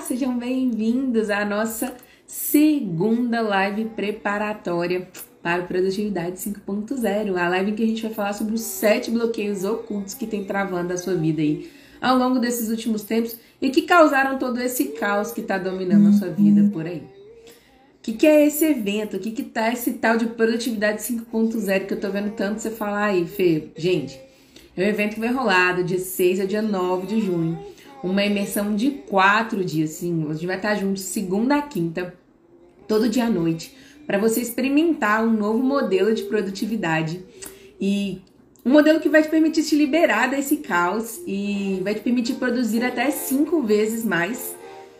Sejam bem-vindos à nossa segunda live preparatória para o Produtividade 5.0, a live em que a gente vai falar sobre os 7 bloqueios ocultos que tem travando a sua vida aí ao longo desses últimos tempos e que causaram todo esse caos que está dominando a sua vida por aí. O que é esse evento? O que tá esse tal de Produtividade 5.0 que eu tô vendo tanto você falar aí, Fê? Gente, é um evento que vai rolar do dia 6 ao dia 9 de junho. Uma imersão de 4 dias, sim. A gente vai estar juntos segunda a quinta, todo dia à noite, para você experimentar um novo modelo de produtividade. E um modelo que vai te permitir se liberar desse caos e vai te permitir produzir até 5 vezes mais.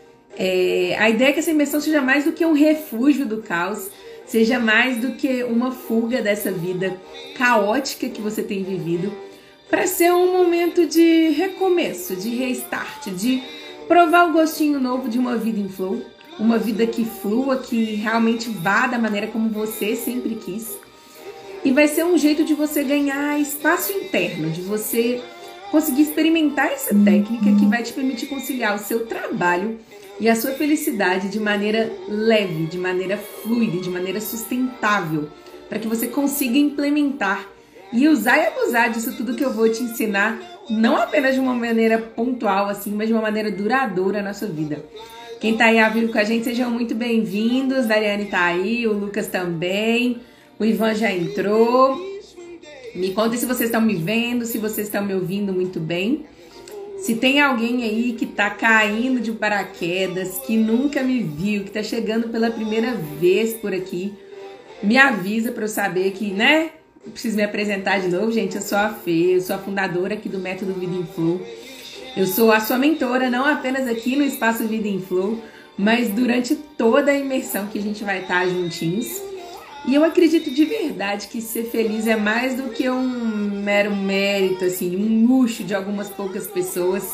A ideia é que essa imersão seja mais do que um refúgio do caos, seja mais do que uma fuga dessa vida caótica que você tem vivido, para ser um momento de recomeço, de restart, de provar o gostinho novo de uma vida em flow, uma vida que flua, que realmente vá da maneira como você sempre quis. E vai ser um jeito de você ganhar espaço interno, de você conseguir experimentar essa técnica que vai te permitir conciliar o seu trabalho e a sua felicidade de maneira leve, de maneira fluida, de maneira sustentável, para que você consiga implementar e usar e abusar disso tudo que eu vou te ensinar, não apenas de uma maneira pontual assim, mas de uma maneira duradoura na sua vida. Quem tá aí ao vivo com a gente, sejam muito bem-vindos. Dariane tá aí, o Lucas também, o Ivan já entrou. Me contem se vocês estão me vendo, se vocês estão me ouvindo muito bem. Se tem alguém aí que tá caindo de paraquedas, que nunca me viu, que tá chegando pela primeira vez por aqui, me avisa para eu saber que, né? Eu preciso me apresentar de novo, gente. Eu sou a Fê, eu sou a fundadora aqui do Método Vida em Flow. Eu sou a sua mentora, não apenas aqui no Espaço Vida em Flow, mas durante toda a imersão que a gente vai estar juntinhos. E eu acredito de verdade que ser feliz é mais do que um mero mérito, assim, um luxo de algumas poucas pessoas.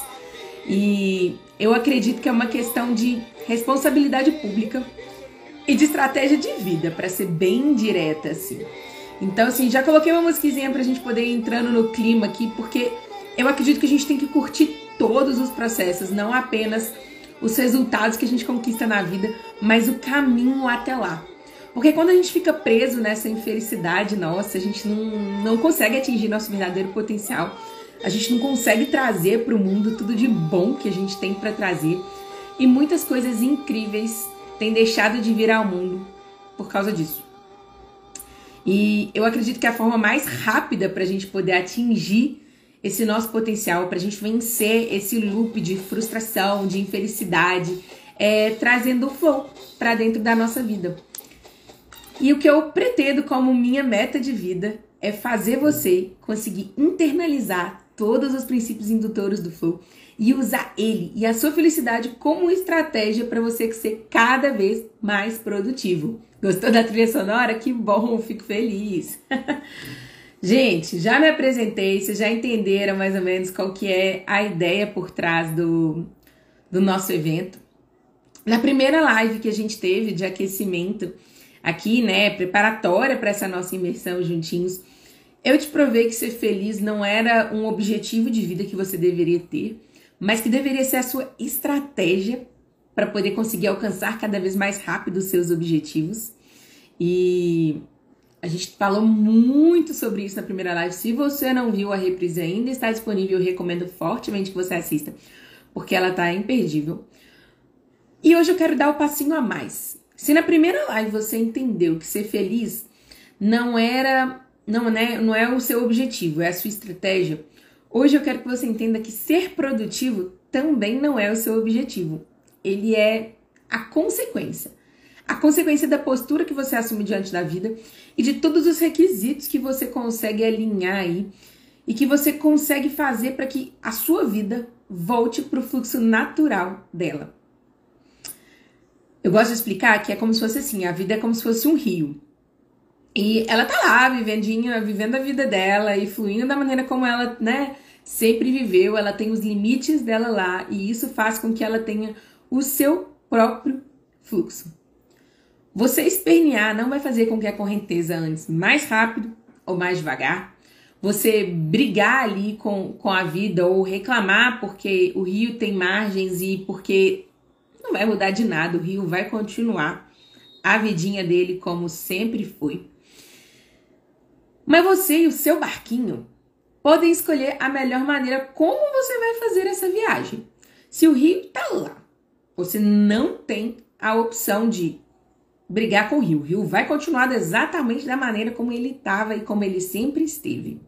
E eu acredito que é uma questão de responsabilidade pública e de estratégia de vida, para ser bem direta, assim. Então, assim, já coloquei uma musiquinha pra gente poder ir entrando no clima aqui, porque eu acredito que a gente tem que curtir todos os processos, não apenas os resultados que a gente conquista na vida, mas o caminho até lá. Porque quando a gente fica preso nessa infelicidade nossa, a gente não consegue atingir nosso verdadeiro potencial. A gente não consegue trazer para o mundo tudo de bom que a gente tem para trazer. E muitas coisas incríveis têm deixado de vir ao mundo por causa disso. E eu acredito que a forma mais rápida para a gente poder atingir esse nosso potencial, para a gente vencer esse loop de frustração, de infelicidade, é trazendo o flow para dentro da nossa vida. E o que eu pretendo como minha meta de vida é fazer você conseguir internalizar todos os princípios indutores do flow e usar ele e a sua felicidade como estratégia para você ser cada vez mais produtivo. Gostou da trilha sonora? Que bom, fico feliz. Gente, já me apresentei, vocês já entenderam mais ou menos qual que é a ideia por trás do nosso evento. Na primeira live que a gente teve de aquecimento aqui, né, preparatória para essa nossa imersão juntinhos, eu te provei que ser feliz não era um objetivo de vida que você deveria ter, mas que deveria ser a sua estratégia para poder conseguir alcançar cada vez mais rápido os seus objetivos. E a gente falou muito sobre isso na primeira live. Se você não viu, a reprise ainda está disponível. Eu recomendo fortemente que você assista, porque ela tá imperdível. E hoje eu quero dar o passinho a mais. Se na primeira live você entendeu que ser feliz não é o seu objetivo, é a sua estratégia, hoje eu quero que você entenda que ser produtivo também não é o seu objetivo. Ele é a consequência. A consequência da postura que você assume diante da vida e de todos os requisitos que você consegue alinhar aí e que você consegue fazer para que a sua vida volte para o fluxo natural dela. Eu gosto de explicar que é como se fosse assim, a vida é como se fosse um rio. E ela tá lá, vivendo a vida dela e fluindo da maneira como ela, né, sempre viveu. Ela tem os limites dela lá e isso faz com que ela tenha o seu próprio fluxo. Você espernear não vai fazer com que a correnteza ande mais rápido ou mais devagar. Você brigar ali com a vida ou reclamar porque o rio tem margens e porque não vai mudar de nada, o rio vai continuar a vidinha dele como sempre foi. Mas você e o seu barquinho podem escolher a melhor maneira como você vai fazer essa viagem. Se o rio tá lá, você não tem a opção de brigar com o rio. O rio vai continuar exatamente da maneira como ele estava e como ele sempre esteve.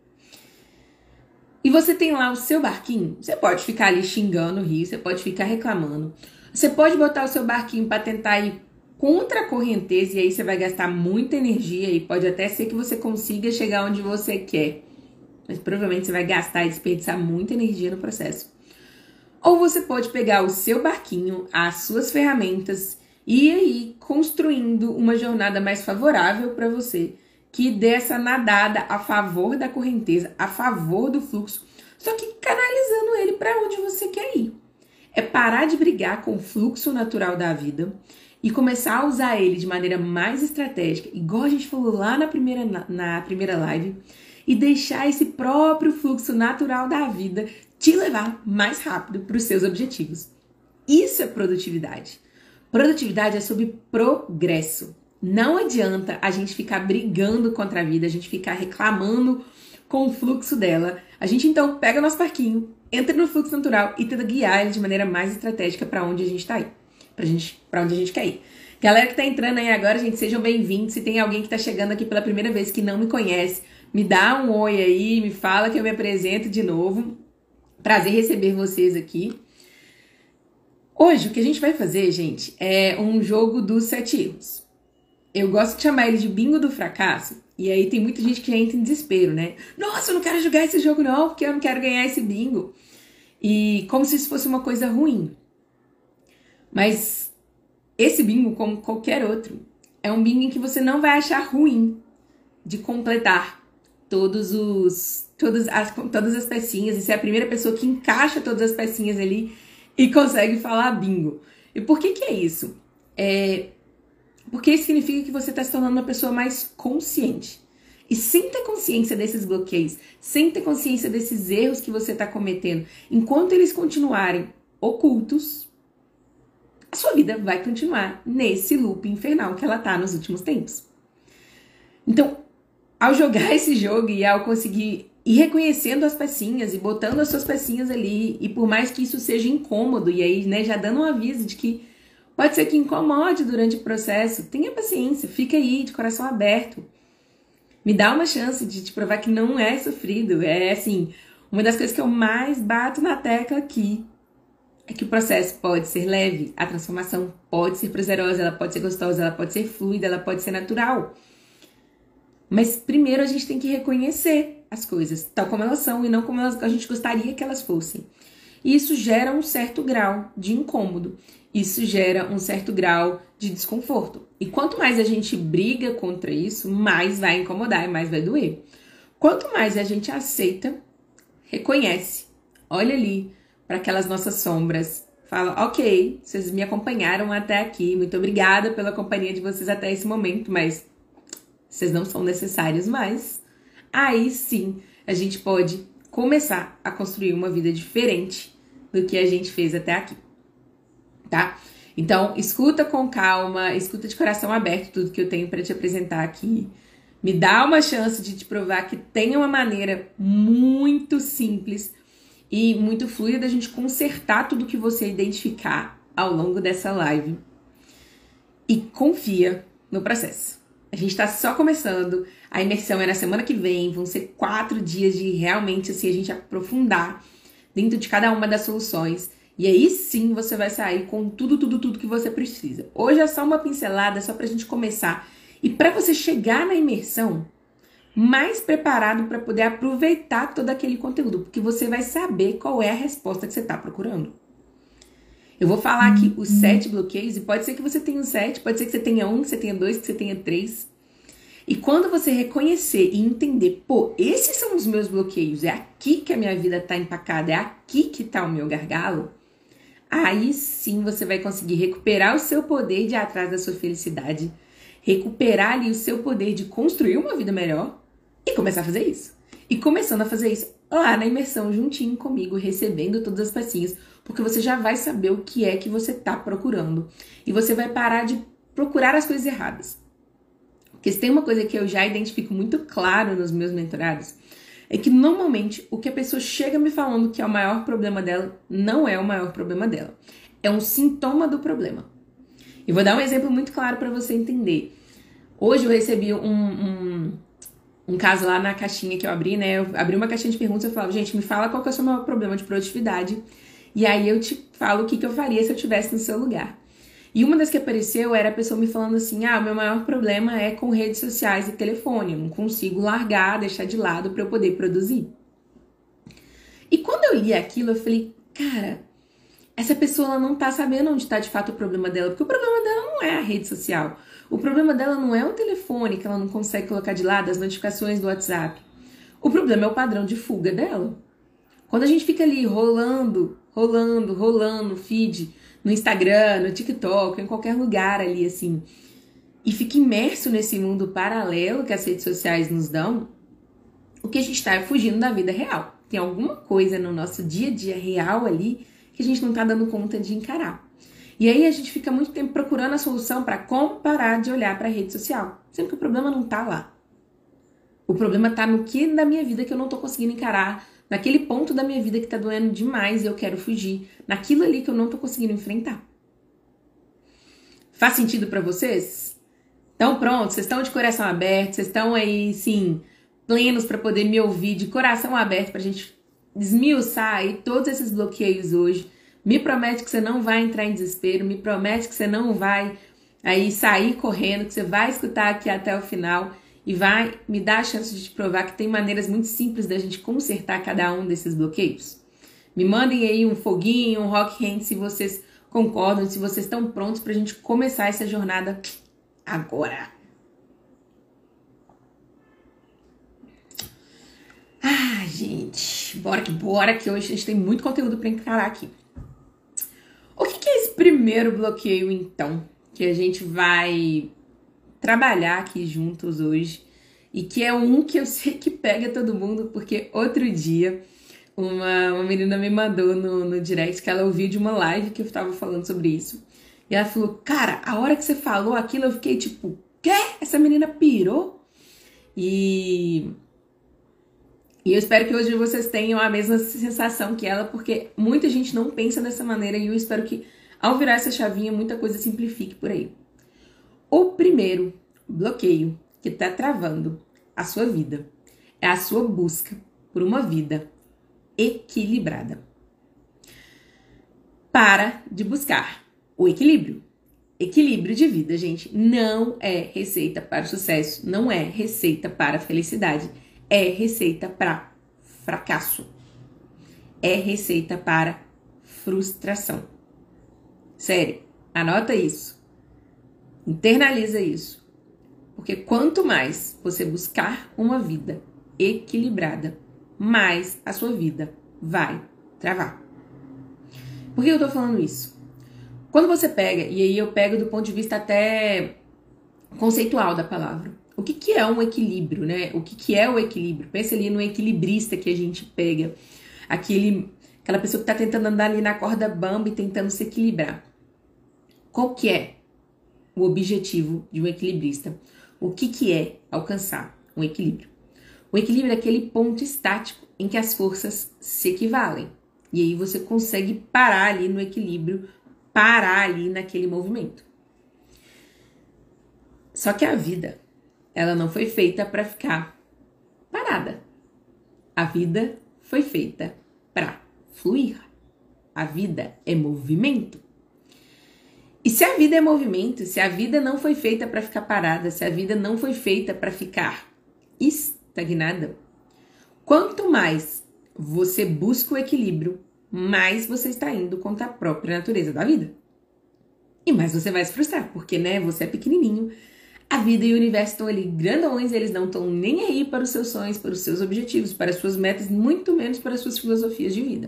E você tem lá o seu barquinho, você pode ficar ali xingando o rio, você pode ficar reclamando. Você pode botar o seu barquinho para tentar ir contra a correnteza e aí você vai gastar muita energia e pode até ser que você consiga chegar onde você quer. Mas provavelmente você vai gastar e desperdiçar muita energia no processo. Ou você pode pegar o seu barquinho, as suas ferramentas e aí construindo uma jornada mais favorável para você, que dê essa nadada a favor da correnteza, a favor do fluxo, só que canalizando ele para onde você quer ir. É parar de brigar com o fluxo natural da vida e começar a usar ele de maneira mais estratégica, igual a gente falou lá na primeira live, e deixar esse próprio fluxo natural da vida te levar mais rápido para os seus objetivos. Isso é produtividade. Produtividade é sobre progresso. Não adianta a gente ficar brigando contra a vida, a gente ficar reclamando com o fluxo dela. A gente então pega nosso barquinho, entra no fluxo natural e tenta guiar ele de maneira mais estratégica para onde a gente está aí. Para onde a gente quer ir. Galera que tá entrando aí agora, gente, sejam bem-vindos. Se tem alguém que tá chegando aqui pela primeira vez que não me conhece, me dá um oi aí, me fala que eu me apresento de novo. Prazer receber vocês aqui. Hoje, o que a gente vai fazer, gente, é um jogo dos 7 erros. Eu gosto de chamar ele de bingo do fracasso. E aí tem muita gente que entra em desespero, né? Nossa, eu não quero jogar esse jogo não, porque eu não quero ganhar esse bingo. E como se isso fosse uma coisa ruim. Mas esse bingo, como qualquer outro, é um bingo em que você não vai achar ruim de completar todas as pecinhas e ser a primeira pessoa que encaixa todas as pecinhas ali e consegue falar bingo. E por que é isso? Porque isso significa que você está se tornando uma pessoa mais consciente. E sem ter consciência desses bloqueios, sem ter consciência desses erros que você está cometendo, enquanto eles continuarem ocultos, a sua vida vai continuar nesse loop infernal que ela tá nos últimos tempos. Então, ao jogar esse jogo e ao conseguir ir reconhecendo as pecinhas e botando as suas pecinhas ali, e por mais que isso seja incômodo, e aí, né, já dando um aviso de que pode ser que incomode durante o processo, tenha paciência, fica aí de coração aberto. Me dá uma chance de te provar que não é sofrido. É assim, uma das coisas que eu mais bato na tecla aqui é que o processo pode ser leve, a transformação pode ser prazerosa, ela pode ser gostosa, ela pode ser fluida, ela pode ser natural. Mas primeiro a gente tem que reconhecer as coisas tal como elas são e não como a gente gostaria que elas fossem. E isso gera um certo grau de incômodo, isso gera um certo grau de desconforto. E quanto mais a gente briga contra isso, mais vai incomodar e mais vai doer. Quanto mais a gente aceita, reconhece, olha ali para aquelas nossas sombras, fala, ok, vocês me acompanharam até aqui, muito obrigada pela companhia de vocês até esse momento, mas vocês não são necessários mais. Aí sim, a gente pode começar a construir uma vida diferente do que a gente fez até aqui, tá? Então, escuta com calma, escuta de coração aberto tudo que eu tenho para te apresentar aqui. Me dá uma chance de te provar que tem uma maneira muito simples e muito fluida da gente consertar tudo que você identificar ao longo dessa live. E confia no processo. A gente tá só começando, a imersão é na semana que vem, vão ser 4 dias de realmente assim, a gente aprofundar dentro de cada uma das soluções. E aí sim você vai sair com tudo que você precisa. Hoje é só uma pincelada, só pra gente começar. E pra você chegar na imersão mais preparado para poder aproveitar todo aquele conteúdo, porque você vai saber qual é a resposta que você tá procurando. Eu vou falar aqui os 7 bloqueios, e pode ser que você tenha 7, pode ser que você tenha 1, que você tenha 2, que você tenha 3. E quando você reconhecer e entender, pô, esses são os meus bloqueios, é aqui que a minha vida tá empacada, é aqui que tá o meu gargalo, aí sim você vai conseguir recuperar o seu poder de ir atrás da sua felicidade, recuperar ali o seu poder de construir uma vida melhor e começar a fazer isso. E começando a fazer isso, lá na imersão juntinho comigo, recebendo todas as pecinhas, porque você já vai saber o que é que você está procurando e você vai parar de procurar as coisas erradas. Porque se tem uma coisa que eu já identifico muito claro nos meus mentorados, é que normalmente o que a pessoa chega me falando que é o maior problema dela, não é o maior problema dela. É um sintoma do problema. E vou dar um exemplo muito claro para você entender. Hoje eu recebi um caso lá na caixinha que eu abri, né? Eu abri uma caixinha de perguntas e eu falava, gente, me fala qual que é o seu maior problema de produtividade. E aí eu te falo o que eu faria se eu estivesse no seu lugar. E uma das que apareceu era a pessoa me falando assim, o meu maior problema é com redes sociais e telefone, eu não consigo largar, deixar de lado para eu poder produzir. E quando eu li aquilo, eu falei, cara, essa pessoa ela não tá sabendo onde está de fato o problema dela, porque o problema dela não é a rede social, o problema dela não é o telefone que ela não consegue colocar de lado, as notificações do WhatsApp. O problema é o padrão de fuga dela. Quando a gente fica ali rolando feed, no Instagram, no TikTok, em qualquer lugar ali, assim, e fica imerso nesse mundo paralelo que as redes sociais nos dão, o que a gente está é fugindo da vida real. Tem alguma coisa no nosso dia a dia real ali que a gente não está dando conta de encarar. E aí a gente fica muito tempo procurando a solução para como parar de olhar para a rede social, sendo que o problema não está lá. O problema está no que da minha vida que eu não estou conseguindo encarar, naquele ponto da minha vida que tá doendo demais e eu quero fugir. Naquilo ali que eu não tô conseguindo enfrentar. Faz sentido pra vocês? Então pronto, vocês estão de coração aberto, vocês estão aí, sim, plenos pra poder me ouvir de coração aberto pra gente esmiuçar aí todos esses bloqueios hoje. Me promete que você não vai entrar em desespero, me promete que você não vai aí sair correndo, que você vai escutar aqui até o final e vai me dar a chance de te provar que tem maneiras muito simples da gente consertar cada um desses bloqueios. Me mandem aí um foguinho, um rock hand, se vocês concordam, se vocês estão prontos pra gente começar essa jornada agora. Gente, bora que hoje a gente tem muito conteúdo pra encarar aqui. O que é esse primeiro bloqueio, então, que a gente vai trabalhar aqui juntos hoje e que é um que eu sei que pega todo mundo, porque outro dia uma menina me mandou no direct que ela ouviu de uma live que eu tava falando sobre isso e ela falou, cara, a hora que você falou aquilo eu fiquei tipo, quê? Essa menina pirou? E eu espero que hoje vocês tenham a mesma sensação que ela, porque muita gente não pensa dessa maneira e eu espero que ao virar essa chavinha muita coisa simplifique por aí. O primeiro bloqueio que está travando a sua vida é a sua busca por uma vida equilibrada. Para de buscar o equilíbrio. Equilíbrio de vida, gente, não é receita para o sucesso, não é receita para a felicidade, é receita para fracasso, é receita para frustração. Sério, anota isso. Internaliza isso, porque quanto mais você buscar uma vida equilibrada, mais a sua vida vai travar. Por que eu tô falando isso? Quando você pega, e aí eu pego do ponto de vista até conceitual da palavra, o que é um equilíbrio, né? O que é o equilíbrio? Pensa ali no equilibrista que a gente pega, aquela pessoa que tá tentando andar ali na corda bamba e tentando se equilibrar. Qual que é o objetivo de um equilibrista? O que é alcançar um equilíbrio? O equilíbrio é aquele ponto estático em que as forças se equivalem. E aí você consegue parar ali no equilíbrio, parar ali naquele movimento. Só que a vida, ela não foi feita para ficar parada. A vida foi feita para fluir. A vida é movimento. E se a vida é movimento, se a vida não foi feita para ficar parada, se a vida não foi feita para ficar estagnada, quanto mais você busca o equilíbrio, mais você está indo contra a própria natureza da vida. E mais você vai se frustrar, porque, né, você é pequenininho, a vida e o universo estão ali grandões, eles não estão nem aí para os seus sonhos, para os seus objetivos, para as suas metas, muito menos para as suas filosofias de vida.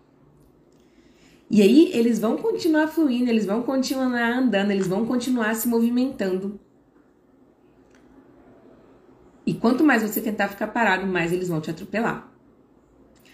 E aí eles vão continuar fluindo, eles vão continuar andando, eles vão continuar se movimentando. E quanto mais você tentar ficar parado, mais eles vão te atropelar.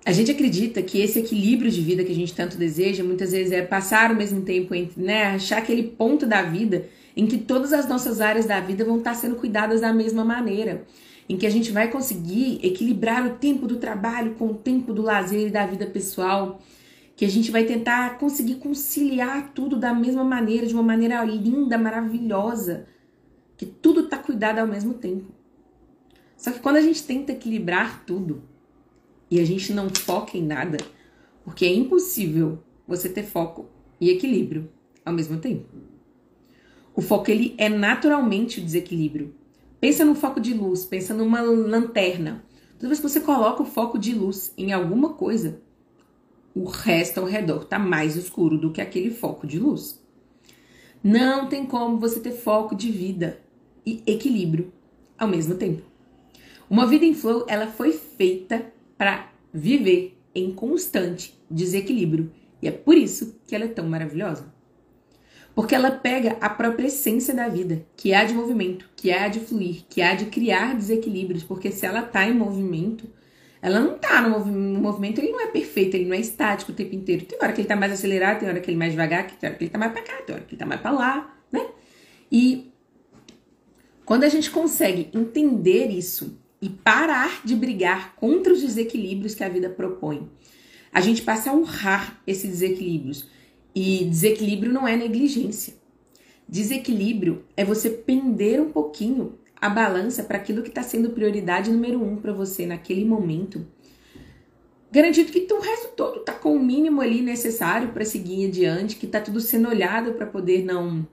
A gente acredita que esse equilíbrio de vida que a gente tanto deseja, muitas vezes é passar ao mesmo tempo entre, né, achar aquele ponto da vida em que todas as nossas áreas da vida vão estar sendo cuidadas da mesma maneira, em que a gente vai conseguir equilibrar o tempo do trabalho com o tempo do lazer e da vida pessoal, que a gente vai tentar conseguir conciliar tudo da mesma maneira, de uma maneira linda, maravilhosa, que tudo está cuidado ao mesmo tempo. Só que quando a gente tenta equilibrar tudo, e a gente não foca em nada, porque é impossível você ter foco e equilíbrio ao mesmo tempo. O foco, ele é naturalmente o desequilíbrio. Pensa no foco de luz, pensa numa lanterna. Toda vez que você coloca o foco de luz em alguma coisa, o resto ao redor está mais escuro do que aquele foco de luz. Não tem como você ter foco de vida e equilíbrio ao mesmo tempo. Uma vida em flow, ela foi feita para viver em constante desequilíbrio. E é por isso que ela é tão maravilhosa. Porque ela pega a própria essência da vida, que é a de movimento, que é a de fluir, que é a de criar desequilíbrios. Porque se ela está em movimento, ela não está no movimento, ele não é perfeito, ele não é estático o tempo inteiro. Tem hora que ele está mais acelerado, tem hora que ele é mais devagar, tem hora que ele está mais para cá, tem hora que ele está mais para lá, né? E quando a gente consegue entender isso e parar de brigar contra os desequilíbrios que a vida propõe, a gente passa a honrar esses desequilíbrios. E desequilíbrio não é negligência. Desequilíbrio é você pender um pouquinho a balança para aquilo que está sendo prioridade número 1 para você naquele momento, garantindo que o resto todo está com o mínimo ali necessário para seguir adiante, que está tudo sendo olhado para poder não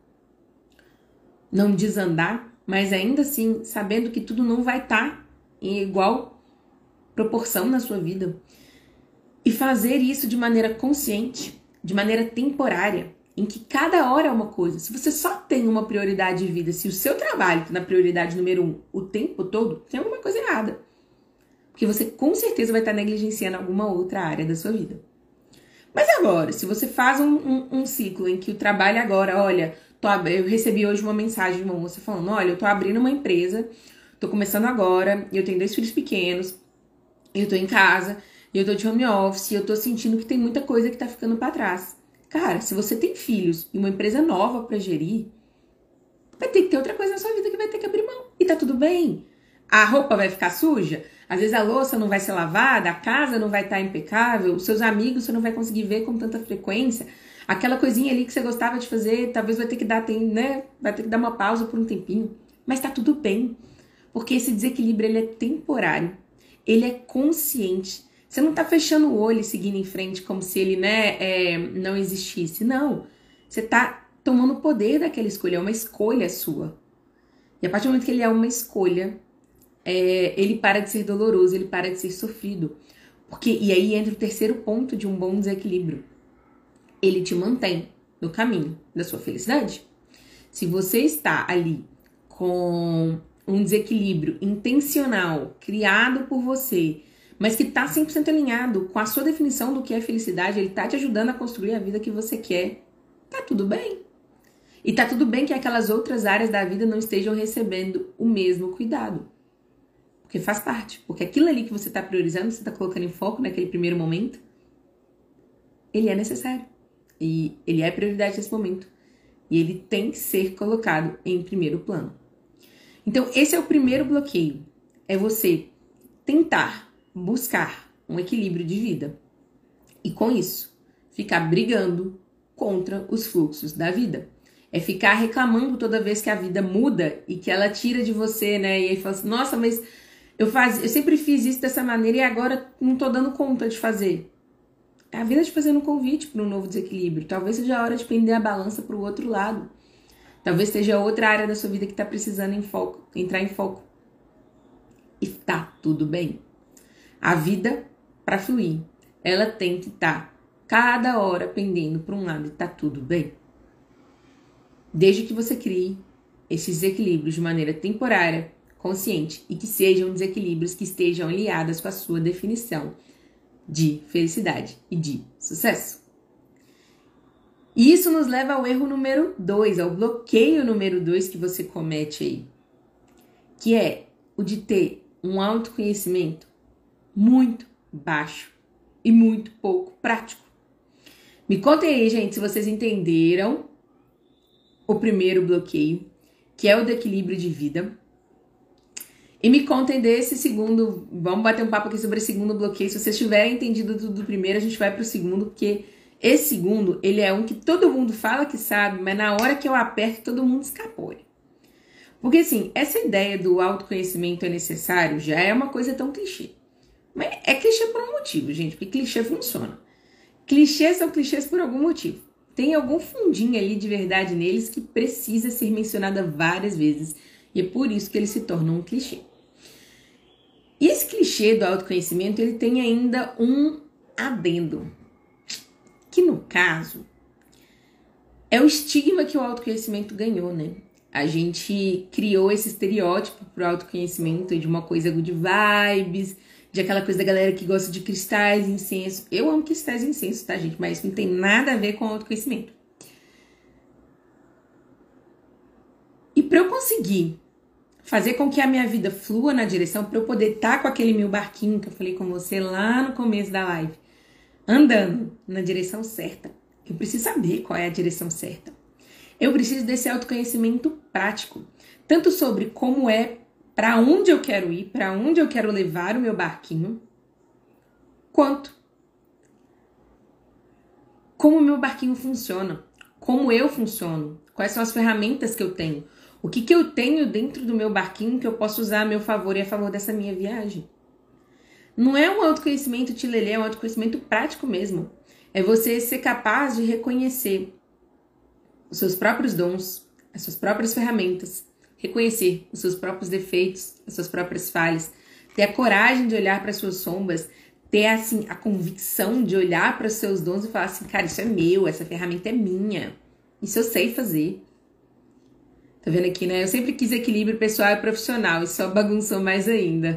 desandar, mas ainda assim sabendo que tudo não vai estar em igual proporção na sua vida. E fazer isso de maneira consciente, de maneira temporária, em que cada hora é uma coisa. Se você só tem uma prioridade de vida, se o seu trabalho está na prioridade número 1 o tempo todo, tem alguma coisa errada. Porque você com certeza vai estar negligenciando alguma outra área da sua vida. Mas agora, se você faz um ciclo em que o trabalho agora, olha, eu recebi hoje uma mensagem de uma moça falando, olha, eu tô abrindo uma empresa, tô começando agora, eu tenho 2 filhos pequenos, eu tô em casa, eu tô de home office, eu tô sentindo que tem muita coisa que tá ficando pra trás. Cara, se você tem filhos e uma empresa nova pra gerir, vai ter que ter outra coisa na sua vida que vai ter que abrir mão. E tá tudo bem. A roupa vai ficar suja, às vezes a louça não vai ser lavada, a casa não vai estar impecável, os seus amigos você não vai conseguir ver com tanta frequência. Aquela coisinha ali que você gostava de fazer, talvez vai ter que dar, vai ter que dar uma pausa por um tempinho. Mas tá tudo bem. Porque esse desequilíbrio, ele é temporário. Ele é consciente. Você não tá fechando o olho e seguindo em frente como se ele, não existisse. Não. Você tá tomando o poder daquela escolha. É uma escolha sua. E a partir do momento que ele é uma escolha, ele para de ser doloroso, ele para de ser sofrido. E aí entra o terceiro ponto de um bom desequilíbrio. Ele te mantém no caminho da sua felicidade. Se você está ali com um desequilíbrio intencional, criado por você, mas que está 100% alinhado com a sua definição do que é felicidade, ele está te ajudando a construir a vida que você quer, tá tudo bem. E tá tudo bem que aquelas outras áreas da vida não estejam recebendo o mesmo cuidado. Porque faz parte. Porque aquilo ali que você está priorizando, você está colocando em foco naquele primeiro momento, ele é necessário. E ele é prioridade nesse momento. E ele tem que ser colocado em primeiro plano. Então, esse é o primeiro bloqueio. É você tentar buscar um equilíbrio de vida. E com isso, ficar brigando contra os fluxos da vida. É ficar reclamando toda vez que a vida muda e que ela tira de você, né? E aí fala assim, nossa, mas eu sempre fiz isso dessa maneira e agora não tô dando conta de fazer. É a vida te fazendo um convite para um novo desequilíbrio. Talvez seja a hora de pender a balança para o outro lado. Talvez seja outra área da sua vida que está precisando entrar em foco. E tá tudo bem. A vida, para fluir, ela tem que estar cada hora pendendo para um lado e tá tudo bem. Desde que você crie esses desequilíbrios de maneira temporária, consciente e que sejam desequilíbrios que estejam aliados com a sua definição de felicidade e de sucesso. E isso nos leva ao erro número 2, ao bloqueio número 2 que você comete aí, que é o de ter um autoconhecimento muito baixo e muito pouco prático. Me contem aí, gente, se vocês entenderam o primeiro bloqueio, que é o do equilíbrio de vida. E me contem desse segundo, vamos bater um papo aqui sobre esse segundo bloqueio. Se vocês tiverem entendido tudo do primeiro, a gente vai pro segundo, porque esse segundo, ele é um que todo mundo fala que sabe, mas na hora que eu aperto, todo mundo escapou. Porque assim, essa ideia do autoconhecimento é necessário já é uma coisa tão clichê. Mas é clichê por um motivo, gente, porque clichê funciona. Clichês são clichês por algum motivo. Tem algum fundinho ali de verdade neles que precisa ser mencionada várias vezes. E é por isso que eles se tornam um clichê. E esse clichê do autoconhecimento, ele tem ainda um adendo. Que no caso, é o estigma que o autoconhecimento ganhou, né? A gente criou esse estereótipo pro autoconhecimento de uma coisa good vibes, de aquela coisa da galera que gosta de cristais, incenso. Eu amo cristais e incenso, tá, gente? Mas isso não tem nada a ver com autoconhecimento. E para eu conseguir fazer com que a minha vida flua na direção, para eu poder estar com aquele meu barquinho que eu falei com você lá no começo da live, andando na direção certa, eu preciso saber qual é a direção certa. Eu preciso desse autoconhecimento prático, tanto sobre como é, para onde eu quero ir, para onde eu quero levar o meu barquinho, quanto como o meu barquinho funciona, como eu funciono, quais são as ferramentas que eu tenho, o que eu tenho dentro do meu barquinho que eu posso usar a meu favor e a favor dessa minha viagem. Não é um autoconhecimento tilelê, é um autoconhecimento prático mesmo. É você ser capaz de reconhecer os seus próprios dons, as suas próprias ferramentas, reconhecer os seus próprios defeitos, as suas próprias falhas, ter a coragem de olhar para as suas sombras, ter assim a convicção de olhar para os seus dons e falar assim, cara, isso é meu, essa ferramenta é minha, isso eu sei fazer. Tá vendo aqui, né? Eu sempre quis equilíbrio pessoal e profissional e só bagunçou mais ainda.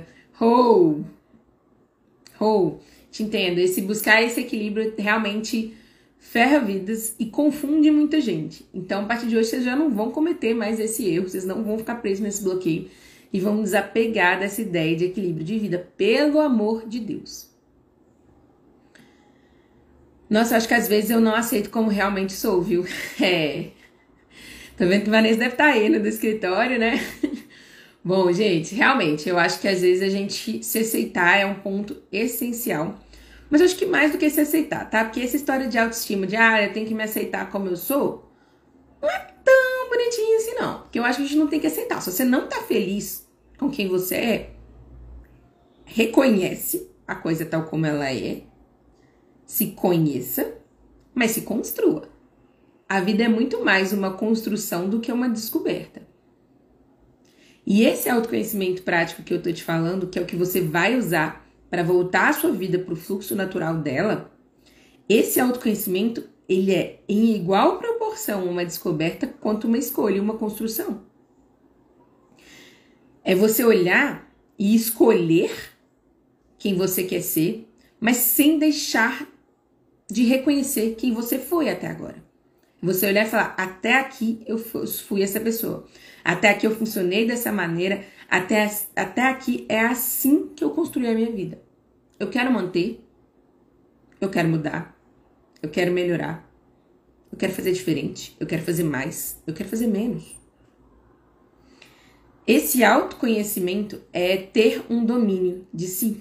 Te entendo, buscar esse equilíbrio realmente ferra vidas e confunde muita gente. Então, a partir de hoje, vocês já não vão cometer mais esse erro, vocês não vão ficar presos nesse bloqueio e vão desapegar dessa ideia de equilíbrio de vida, pelo amor de Deus. Nossa, acho que às vezes eu não aceito como realmente sou, viu? Tá vendo que Vanessa deve estar aí no escritório, né? Bom, gente, realmente, eu acho que às vezes a gente se aceitar é um ponto essencial. Mas eu acho que mais do que se aceitar, tá? Porque essa história de autoestima, de eu tenho que me aceitar como eu sou, não é tão bonitinho assim, não. Porque eu acho que a gente não tem que aceitar. Se você não tá feliz com quem você é, reconhece a coisa tal como ela é, se conheça, mas se construa. A vida é muito mais uma construção do que uma descoberta. E esse autoconhecimento prático que eu tô te falando, que é o que você vai usar para voltar a sua vida para o fluxo natural dela, esse autoconhecimento, ele é em igual proporção uma descoberta quanto uma escolha, uma construção. É você olhar e escolher quem você quer ser, mas sem deixar de reconhecer quem você foi até agora. Você olhar e falar, até aqui eu fui essa pessoa. Até aqui eu funcionei dessa maneira. Até aqui é assim que eu construí a minha vida. Eu quero manter. Eu quero mudar. Eu quero melhorar. Eu quero fazer diferente. Eu quero fazer mais. Eu quero fazer menos. Esse autoconhecimento é ter um domínio de si.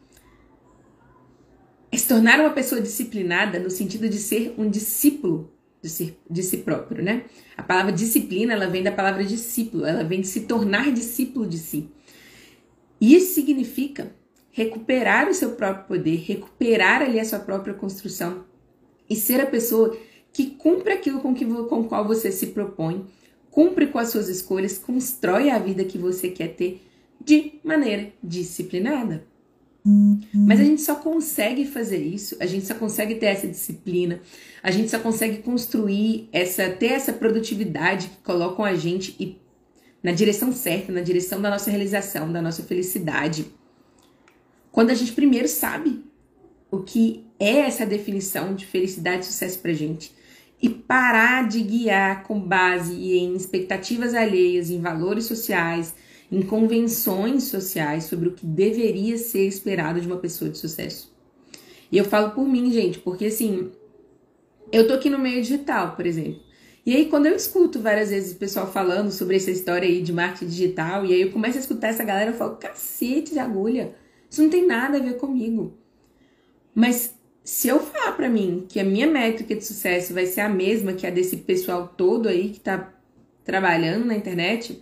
É se tornar uma pessoa disciplinada no sentido de ser um discípulo de si próprio, né? A palavra disciplina, ela vem da palavra discípulo, ela vem de se tornar discípulo de si. E isso significa recuperar o seu próprio poder, recuperar ali a sua própria construção e ser a pessoa que cumpre aquilo com o qual você se propõe, cumpre com as suas escolhas, constrói a vida que você quer ter de maneira disciplinada. Mas a gente só consegue fazer isso, a gente só consegue ter essa disciplina, a gente só consegue construir, ter essa produtividade que colocam a gente na direção certa, na direção da nossa realização, da nossa felicidade. Quando a gente primeiro sabe o que é essa definição de felicidade e sucesso pra gente e parar de guiar com base em expectativas alheias, em valores sociais, em convenções sociais sobre o que deveria ser esperado de uma pessoa de sucesso. E eu falo por mim, gente, porque assim, eu tô aqui no meio digital, por exemplo. E aí, quando eu escuto várias vezes o pessoal falando sobre essa história aí de marketing digital, e aí eu começo a escutar essa galera, eu falo, cacete de agulha, isso não tem nada a ver comigo. Mas se eu falar pra mim que a minha métrica de sucesso vai ser a mesma que a desse pessoal todo aí que tá trabalhando na internet,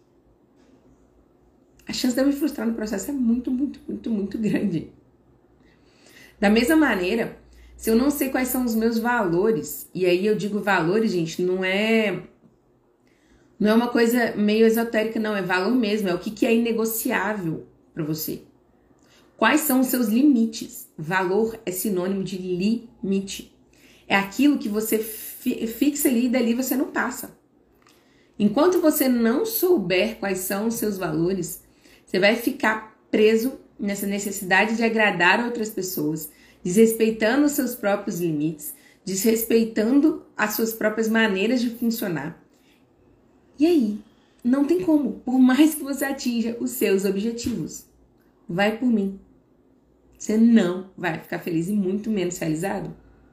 a chance de eu me frustrar no processo é muito, muito, muito, muito grande. Da mesma maneira, se eu não sei quais são os meus valores, e aí eu digo valores, gente, não é uma coisa meio esotérica, não, é valor mesmo, é o que é inegociável para você. Quais são os seus limites? Valor é sinônimo de limite. É aquilo que você fixa ali e dali você não passa. Enquanto você não souber quais são os seus valores, você vai ficar preso nessa necessidade de agradar outras pessoas, desrespeitando os seus próprios limites, desrespeitando as suas próprias maneiras de funcionar. E aí, não tem como, por mais que você atinja os seus objetivos. Vai por mim. Você não vai ficar feliz e muito menos realizado.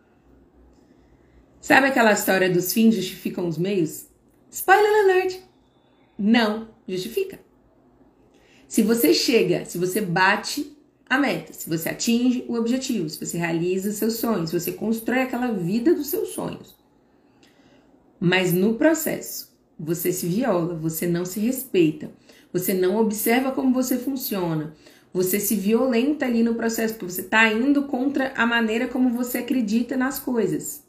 Sabe aquela história dos fins justificam os meios? Spoiler alert! Não justifica. Se você bate a meta, se você atinge o objetivo, se você realiza os seus sonhos, se você constrói aquela vida dos seus sonhos, mas no processo você se viola, você não se respeita, você não observa como você funciona, você se violenta ali no processo, porque você está indo contra a maneira como você acredita nas coisas.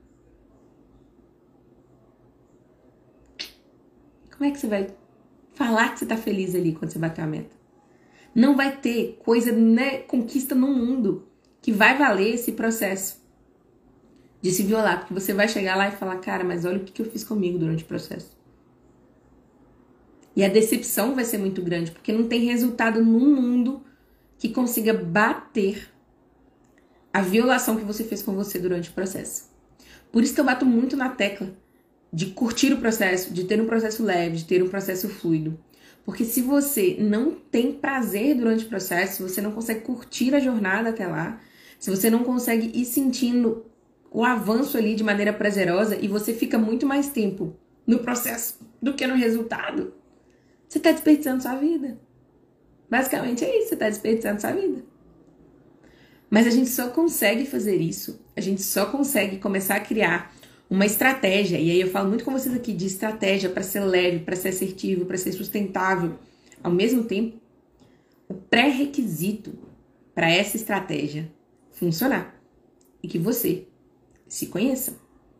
Como é que você vai falar que você está feliz ali quando você bateu a meta? Não vai ter coisa, né, conquista no mundo que vai valer esse processo de se violar, porque você vai chegar lá e falar, cara, mas olha o que eu fiz comigo durante o processo. E a decepção vai ser muito grande, porque não tem resultado no mundo que consiga bater a violação que você fez com você durante o processo. Por isso que eu bato muito na tecla de curtir o processo, de ter um processo leve, de ter um processo fluido. Porque se você não tem prazer durante o processo, se você não consegue curtir a jornada até lá, se você não consegue ir sentindo o avanço ali de maneira prazerosa e você fica muito mais tempo no processo do que no resultado, você está desperdiçando sua vida. Basicamente é isso, você está desperdiçando sua vida. Mas a gente só consegue fazer isso, a gente só consegue começar a criar uma estratégia, e aí eu falo muito com vocês aqui de estratégia para ser leve, para ser assertivo, para ser sustentável. Ao mesmo tempo, o pré-requisito para essa estratégia funcionar e que você se conheça.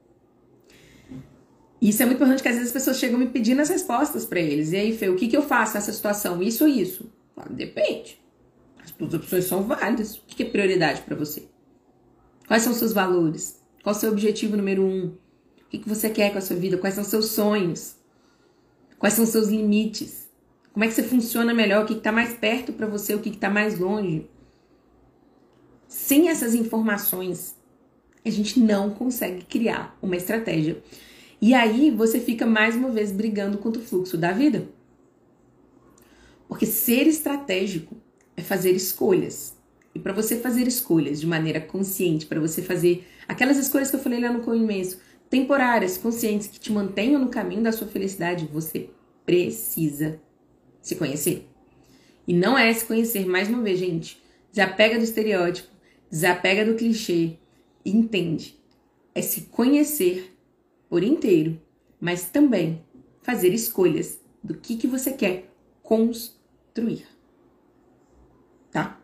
Isso é muito importante, que às vezes as pessoas chegam me pedindo as respostas para eles. E aí, Fê, o que eu faço nessa situação? Isso ou isso? Falo, depende. As duas opções são válidas. O que é prioridade para você? Quais são os seus valores? Qual é o seu objetivo número 1? O que você quer com a sua vida? Quais são os seus sonhos? Quais são os seus limites? Como é que você funciona melhor? O que está mais perto para você? O que está mais longe? Sem essas informações, a gente não consegue criar uma estratégia. E aí você fica mais uma vez brigando contra o fluxo da vida. Porque ser estratégico é fazer escolhas. E para você fazer escolhas de maneira consciente, para você fazer aquelas escolhas que eu falei lá no começo, temporárias, conscientes, que te mantenham no caminho da sua felicidade, você precisa se conhecer. E não é se conhecer, mais uma vez, gente, desapega do estereótipo, desapega do clichê e entende. É se conhecer por inteiro, mas também fazer escolhas do que você quer construir. Tá?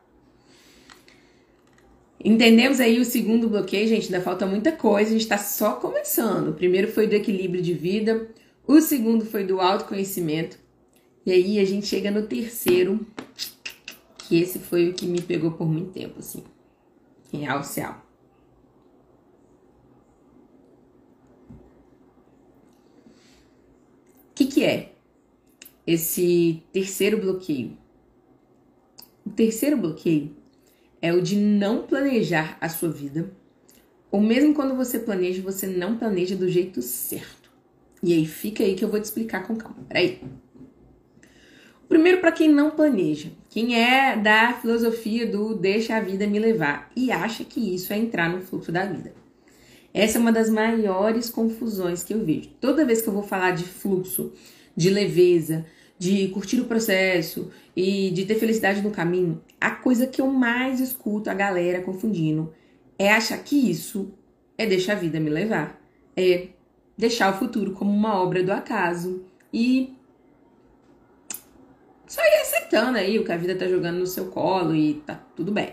Entendemos aí o segundo bloqueio, gente, ainda falta muita coisa, a gente está só começando. O primeiro foi do equilíbrio de vida, o segundo foi do autoconhecimento, e aí a gente chega no terceiro, que esse foi o que me pegou por muito tempo, assim, real oficial. O que é esse terceiro bloqueio? O terceiro bloqueio é o de não planejar a sua vida, ou mesmo quando você planeja, você não planeja do jeito certo. E aí, fica aí que eu vou te explicar com calma. Peraí. Primeiro, para quem não planeja, quem é da filosofia do deixa a vida me levar e acha que isso é entrar no fluxo da vida. Essa é uma das maiores confusões que eu vejo. Toda vez que eu vou falar de fluxo, de leveza, de curtir o processo e de ter felicidade no caminho, a coisa que eu mais escuto a galera confundindo é achar que isso é deixar a vida me levar. É deixar o futuro como uma obra do acaso e só ir aceitando aí o que a vida tá jogando no seu colo e tá tudo bem.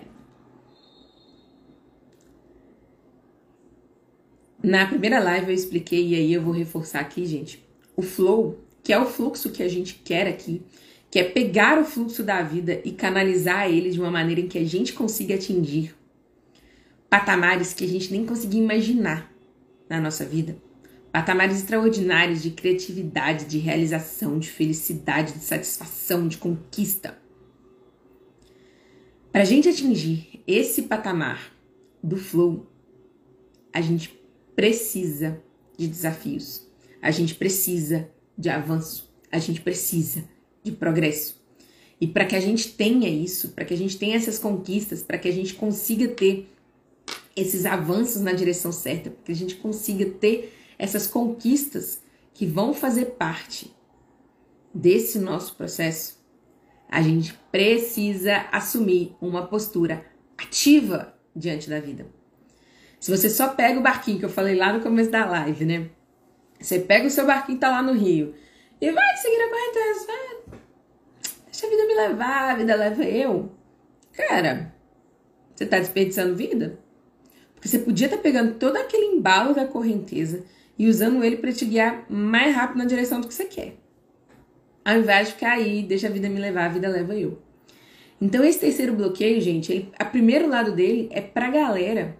Na primeira live eu expliquei, e aí eu vou reforçar aqui, gente, o flow, que é o fluxo que a gente quer aqui, que é pegar o fluxo da vida e canalizar ele de uma maneira em que a gente consiga atingir patamares que a gente nem conseguia imaginar na nossa vida. Patamares extraordinários de criatividade, de realização, de felicidade, de satisfação, de conquista. Para a gente atingir esse patamar do flow, a gente precisa de desafios, a gente precisa de avanço, a gente precisa de progresso. E para que a gente tenha isso, para que a gente tenha essas conquistas, para que a gente consiga ter esses avanços na direção certa, para que a gente consiga ter essas conquistas que vão fazer parte desse nosso processo, a gente precisa assumir uma postura ativa diante da vida. Se você só pega o barquinho que eu falei lá no começo da live, né? Você pega o seu barquinho, tá lá no rio, e vai seguir a correnteza, vai, deixa a vida me levar, a vida leva eu. Cara, você tá desperdiçando vida? Porque você podia estar pegando todo aquele embalo da correnteza e usando ele para te guiar mais rápido na direção do que você quer. Ao invés de ficar aí, deixa a vida me levar, a vida leva eu. Então esse terceiro bloqueio, gente, o primeiro lado dele é pra galera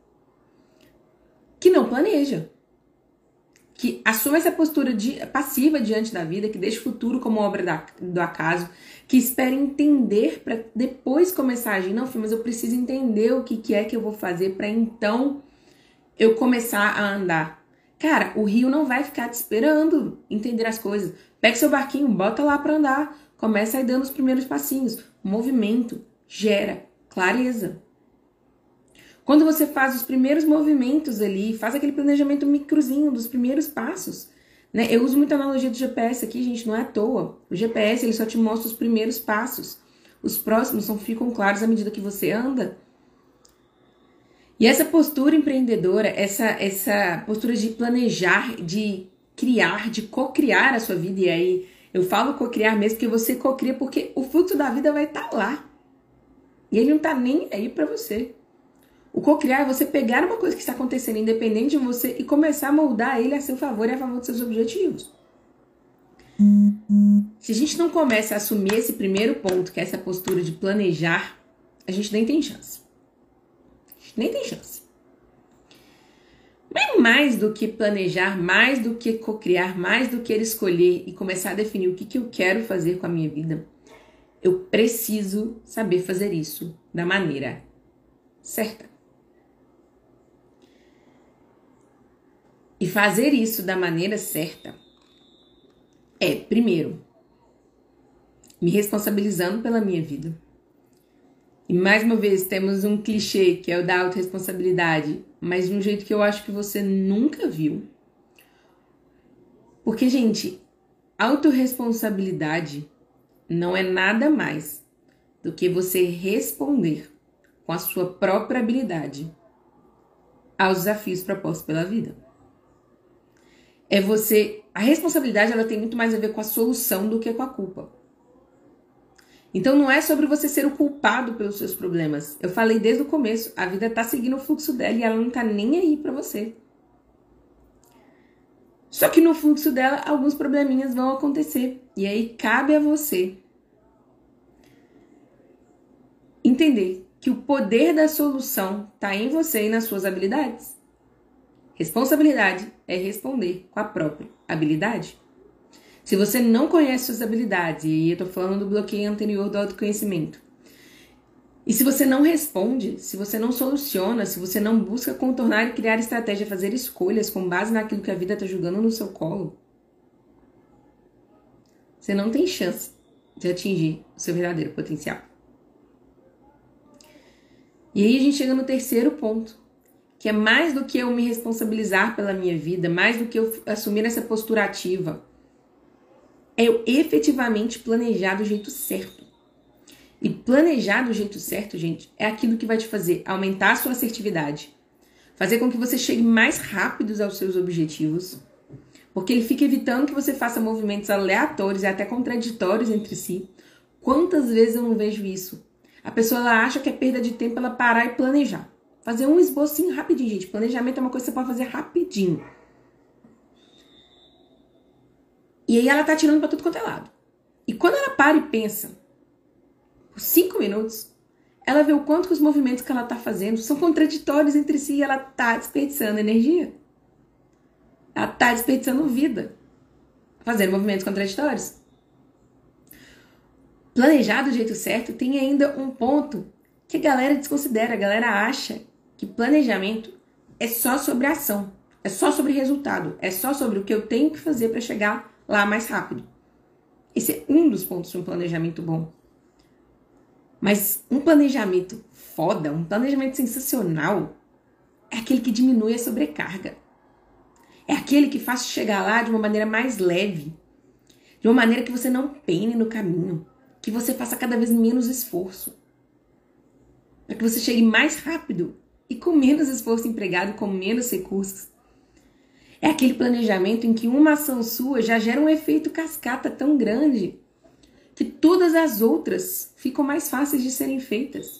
que não planeja. Que assume essa postura passiva diante da vida, que deixa o futuro como obra do acaso, que espera entender para depois começar a agir. Não, mas eu preciso entender o que é que eu vou fazer para então eu começar a andar. Cara, o rio não vai ficar te esperando entender as coisas. Pega seu barquinho, bota lá para andar, começa aí dando os primeiros passinhos. O movimento gera clareza. Quando você faz os primeiros movimentos ali, faz aquele planejamento microzinho dos primeiros passos, né? Eu uso muita analogia do GPS aqui, gente, não é à toa. O GPS, ele só te mostra os primeiros passos. Os próximos ficam claros à medida que você anda. E essa postura empreendedora, essa postura de planejar, de criar, de co-criar a sua vida, e aí eu falo co-criar mesmo, porque você co-cria porque o fluxo da vida vai estar lá. E ele não tá nem aí pra você. O co-criar é você pegar uma coisa que está acontecendo independente de você e começar a moldar ele a seu favor e a favor dos seus objetivos. Se a gente não começa a assumir esse primeiro ponto, que é essa postura de planejar, a gente nem tem chance. Nem tem chance. Mas mais do que planejar, mais do que co-criar, mais do que escolher e começar a definir o que eu quero fazer com a minha vida, eu preciso saber fazer isso da maneira certa. E fazer isso da maneira certa é, primeiro, me responsabilizando pela minha vida. E mais uma vez temos um clichê que é o da autorresponsabilidade, mas de um jeito que eu acho que você nunca viu. Porque, gente, autorresponsabilidade não é nada mais do que você responder com a sua própria habilidade aos desafios propostos pela vida. É você... A responsabilidade, ela tem muito mais a ver com a solução do que com a culpa. Então não é sobre você ser o culpado pelos seus problemas. Eu falei desde o começo, a vida tá seguindo o fluxo dela e ela não tá nem aí pra você. Só que no fluxo dela, alguns probleminhas vão acontecer. E aí cabe a você entender que o poder da solução tá em você e nas suas habilidades. Responsabilidade é responder com a própria habilidade. Se você não conhece suas habilidades, e eu tô falando do bloqueio anterior do autoconhecimento, e se você não responde, se você não soluciona, se você não busca contornar e criar estratégia, fazer escolhas com base naquilo que a vida tá jogando no seu colo, você não tem chance de atingir o seu verdadeiro potencial. E aí a gente chega no terceiro ponto, que é mais do que eu me responsabilizar pela minha vida, mais do que eu assumir essa postura ativa, é eu efetivamente planejar do jeito certo. E planejar do jeito certo, gente, é aquilo que vai te fazer aumentar a sua assertividade, fazer com que você chegue mais rápido aos seus objetivos, porque ele fica evitando que você faça movimentos aleatórios e até contraditórios entre si. Quantas vezes eu não vejo isso? A pessoa ela acha que é perda de tempo ela parar e planejar. Fazer um esbocinho rapidinho, gente. Planejamento é uma coisa que você pode fazer rapidinho. E aí ela tá tirando pra tudo quanto é lado. E quando ela para e pensa, por 5 minutos, ela vê o quanto que os movimentos que ela tá fazendo são contraditórios entre si e ela tá desperdiçando energia. Ela tá desperdiçando vida. Fazendo movimentos contraditórios. Planejar do jeito certo tem ainda um ponto que a galera desconsidera. A galera acha que planejamento é só sobre ação, é só sobre resultado, é só sobre o que eu tenho que fazer para chegar lá mais rápido. Esse é um dos pontos de um planejamento bom. Mas um planejamento foda, um planejamento sensacional, é aquele que diminui a sobrecarga. É aquele que faz chegar lá de uma maneira mais leve, de uma maneira que você não pene no caminho, que você faça cada vez menos esforço, para que você chegue mais rápido e com menos esforço empregado, com menos recursos. É aquele planejamento em que uma ação sua já gera um efeito cascata tão grande que todas as outras ficam mais fáceis de serem feitas.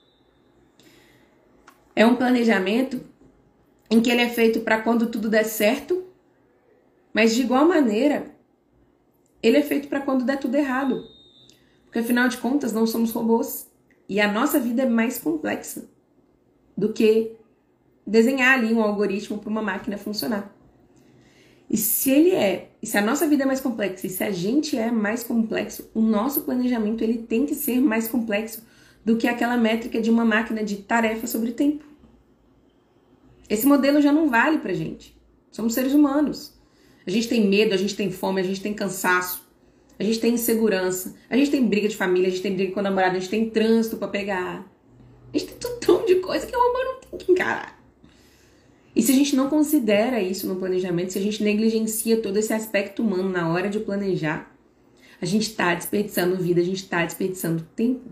É um planejamento em que ele é feito para quando tudo der certo, mas de igual maneira, ele é feito para quando der tudo errado. Porque afinal de contas, não somos robôs. E a nossa vida é mais complexa do que desenhar ali um algoritmo para uma máquina funcionar. E se a nossa vida é mais complexa, e se a gente é mais complexo, o nosso planejamento ele tem que ser mais complexo do que aquela métrica de uma máquina de tarefa sobre tempo. Esse modelo já não vale pra gente. Somos seres humanos. A gente tem medo, a gente tem fome, a gente tem cansaço, a gente tem insegurança, a gente tem briga de família, a gente tem briga com o namorado, a gente tem trânsito pra pegar. A gente tem tutão de coisa que o humano tem que encarar. E se a gente não considera isso no planejamento, se a gente negligencia todo esse aspecto humano na hora de planejar, a gente tá desperdiçando vida, a gente tá desperdiçando tempo.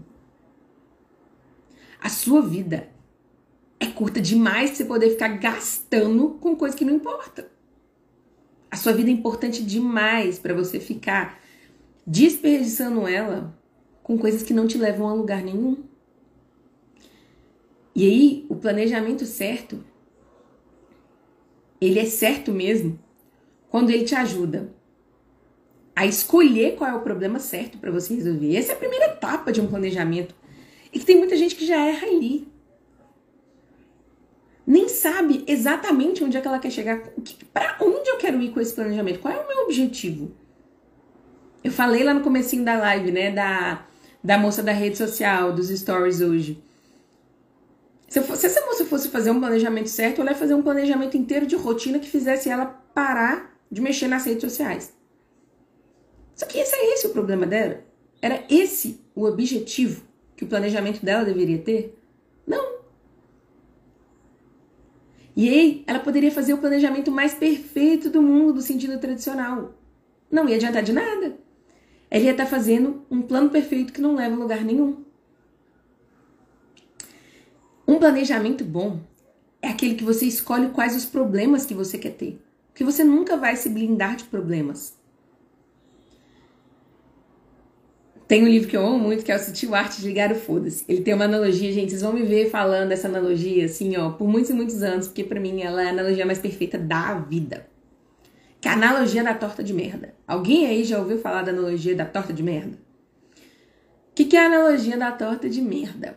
A sua vida é curta demais pra você poder ficar gastando com coisa que não importa. A sua vida é importante demais para você ficar desperdiçando ela com coisas que não te levam a lugar nenhum. E aí, o planejamento certo, ele é certo mesmo quando ele te ajuda a escolher qual é o problema certo para você resolver. Essa é a primeira etapa de um planejamento. E que tem muita gente que já erra ali. Nem sabe exatamente onde é que ela quer chegar. Para onde eu quero ir com esse planejamento? Qual é o meu objetivo? Eu falei lá no comecinho da live, né? Da moça da rede social, dos stories hoje. Se essa moça fosse fazer um planejamento certo, ela ia fazer um planejamento inteiro de rotina que fizesse ela parar de mexer nas redes sociais. Só que esse o problema dela? Era esse o objetivo que o planejamento dela deveria ter? Não. E aí, ela poderia fazer o planejamento mais perfeito do mundo, do sentido tradicional. Não ia adiantar de nada. Ela ia estar fazendo um plano perfeito que não leva a lugar nenhum. Um planejamento bom é aquele que você escolhe quais os problemas que você quer ter. Porque você nunca vai se blindar de problemas. Tem um livro que eu amo muito, que é o Sutil Arte de Ligar o Foda-se. Ele tem uma analogia, gente, vocês vão me ver falando essa analogia, assim, ó, por muitos e muitos anos, porque pra mim ela é a analogia mais perfeita da vida. Que é a analogia da torta de merda. Alguém aí já ouviu falar da analogia da torta de merda? O que é a analogia da torta de merda?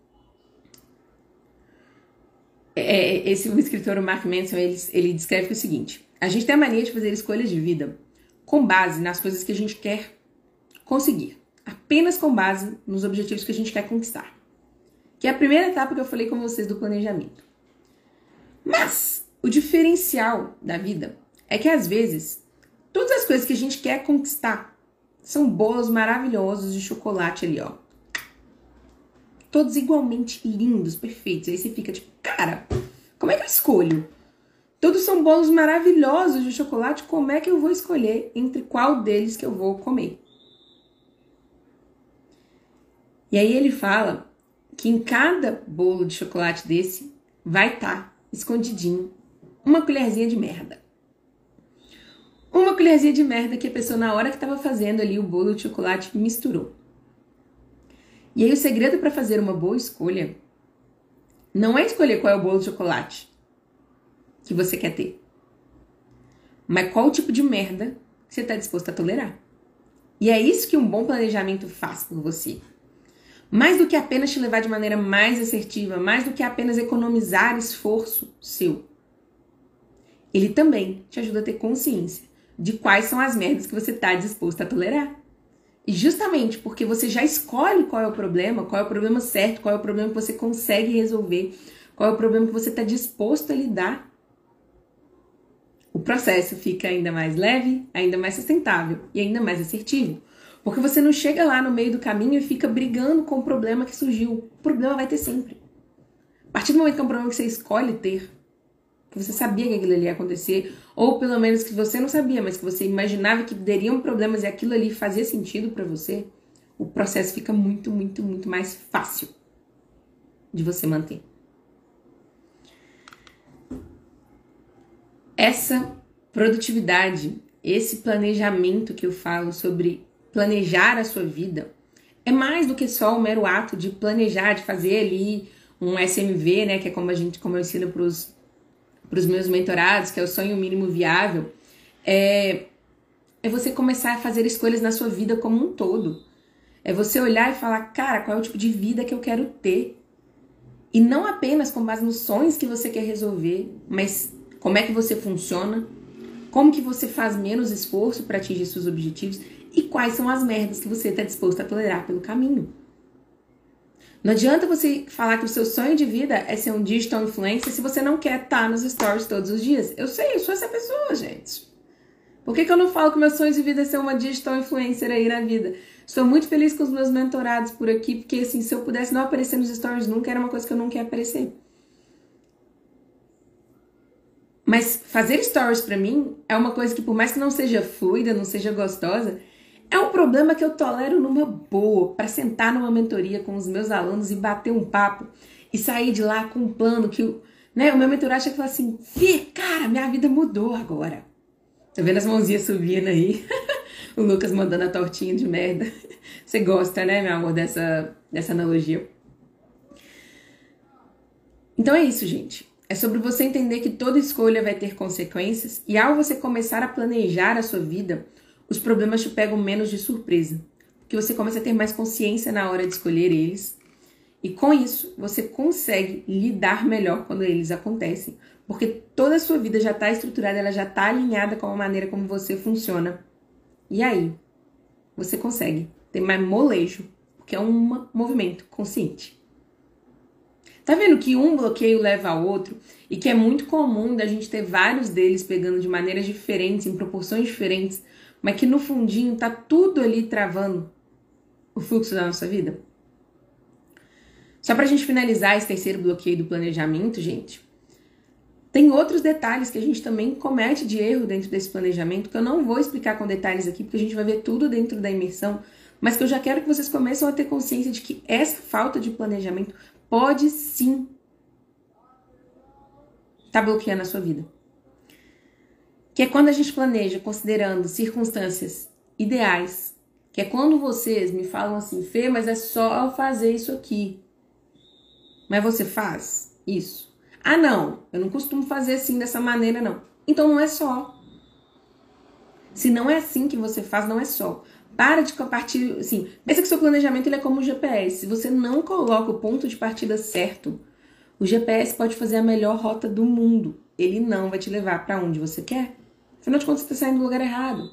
O escritor, o Mark Manson, ele descreve o seguinte: a gente tem a mania de fazer escolhas de vida com base nas coisas que a gente quer conseguir. Apenas com base nos objetivos que a gente quer conquistar. Que é a primeira etapa que eu falei com vocês do planejamento. Mas o diferencial da vida é que às vezes todas as coisas que a gente quer conquistar São bolos maravilhosos de chocolate ali, ó. Todos igualmente lindos, perfeitos. Aí você fica tipo, cara, como é que eu escolho? Todos são bolos maravilhosos de chocolate, como é que eu vou escolher entre qual deles que eu vou comer? E aí ele fala que em cada bolo de chocolate desse vai estar escondidinho uma colherzinha de merda. Uma colherzinha de merda que a pessoa, na hora que estava fazendo ali o bolo de chocolate, misturou. E aí o segredo para fazer uma boa escolha não é escolher qual é o bolo de chocolate que você quer ter, mas qual o tipo de merda que você está disposto a tolerar. E é isso que um bom planejamento faz por você. Mais do que apenas te levar de maneira mais assertiva, mais do que apenas economizar esforço seu, ele também te ajuda a ter consciência de quais são as merdas que você está disposto a tolerar. E justamente porque você já escolhe qual é o problema certo, qual é o problema que você consegue resolver, qual é o problema que você está disposto a lidar, o processo fica ainda mais leve, ainda mais sustentável e ainda mais assertivo. Porque você não chega lá no meio do caminho e fica brigando com o problema que surgiu. O problema vai ter sempre. A partir do momento que é um problema que você escolhe ter, que você sabia que aquilo ali ia acontecer, ou pelo menos que você não sabia, mas que você imaginava que teriam problemas e aquilo ali fazia sentido pra você, o processo fica muito, muito, muito mais fácil de você manter. Essa produtividade, esse planejamento que eu falo sobre planejar a sua vida, é mais do que só o mero ato de planejar, de fazer ali um SMV, né, que é como eu ensino para os meus mentorados, que é o sonho mínimo viável, é você começar a fazer escolhas na sua vida como um todo. É você olhar e falar, cara, qual é o tipo de vida que eu quero ter? E não apenas com base nos sonhos que você quer resolver, mas como é que você funciona, como que você faz menos esforço para atingir seus objetivos e quais são as merdas que você está disposto a tolerar pelo caminho. Não adianta você falar que o seu sonho de vida é ser um digital influencer se você não quer estar nos stories todos os dias. Eu sei, eu sou essa pessoa, gente. Por que eu não falo que meu sonho de vida é ser uma digital influencer aí na vida? Estou muito feliz com os meus mentorados por aqui, porque assim, se eu pudesse não aparecer nos stories nunca, era uma coisa que eu não quero aparecer. Mas fazer stories pra mim é uma coisa que, por mais que não seja fluida, não seja gostosa, é um problema que eu tolero numa boa, para sentar numa mentoria com os meus alunos e bater um papo e sair de lá com um plano que o meu mentorado chega e fala assim, Fê, cara, minha vida mudou agora. Tá vendo as mãozinhas subindo aí? O Lucas mandando a tortinha de merda. Você gosta, né, meu amor, dessa analogia? Então é isso, gente. É sobre você entender que toda escolha vai ter consequências e ao você começar a planejar a sua vida, os problemas te pegam menos de surpresa, porque você começa a ter mais consciência na hora de escolher eles e com isso você consegue lidar melhor quando eles acontecem, porque toda a sua vida já está estruturada, ela já está alinhada com a maneira como você funciona. E aí, você consegue ter mais molejo, porque é um movimento consciente. Tá vendo que um bloqueio leva ao outro e que é muito comum da gente ter vários deles pegando de maneiras diferentes, em proporções diferentes, mas que no fundinho tá tudo ali travando o fluxo da nossa vida? Só pra gente finalizar esse terceiro bloqueio do planejamento, gente, tem outros detalhes que a gente também comete de erro dentro desse planejamento, que eu não vou explicar com detalhes aqui, porque a gente vai ver tudo dentro da imersão, mas que eu já quero que vocês comecem a ter consciência de que essa falta de planejamento pode sim estar bloqueando a sua vida. Que é quando a gente planeja considerando circunstâncias ideais, que é quando vocês me falam assim, Fê, mas é só fazer isso aqui. Mas você faz isso? Ah, não, eu não costumo fazer assim dessa maneira, não. Então não é só. Se não é assim que você faz, não é só. Para de partir, assim, pensa que seu planejamento ele é como o GPS. Se você não coloca o ponto de partida certo, o GPS pode fazer a melhor rota do mundo. Ele não vai te levar para onde você quer. Afinal de contas, você está saindo do lugar errado.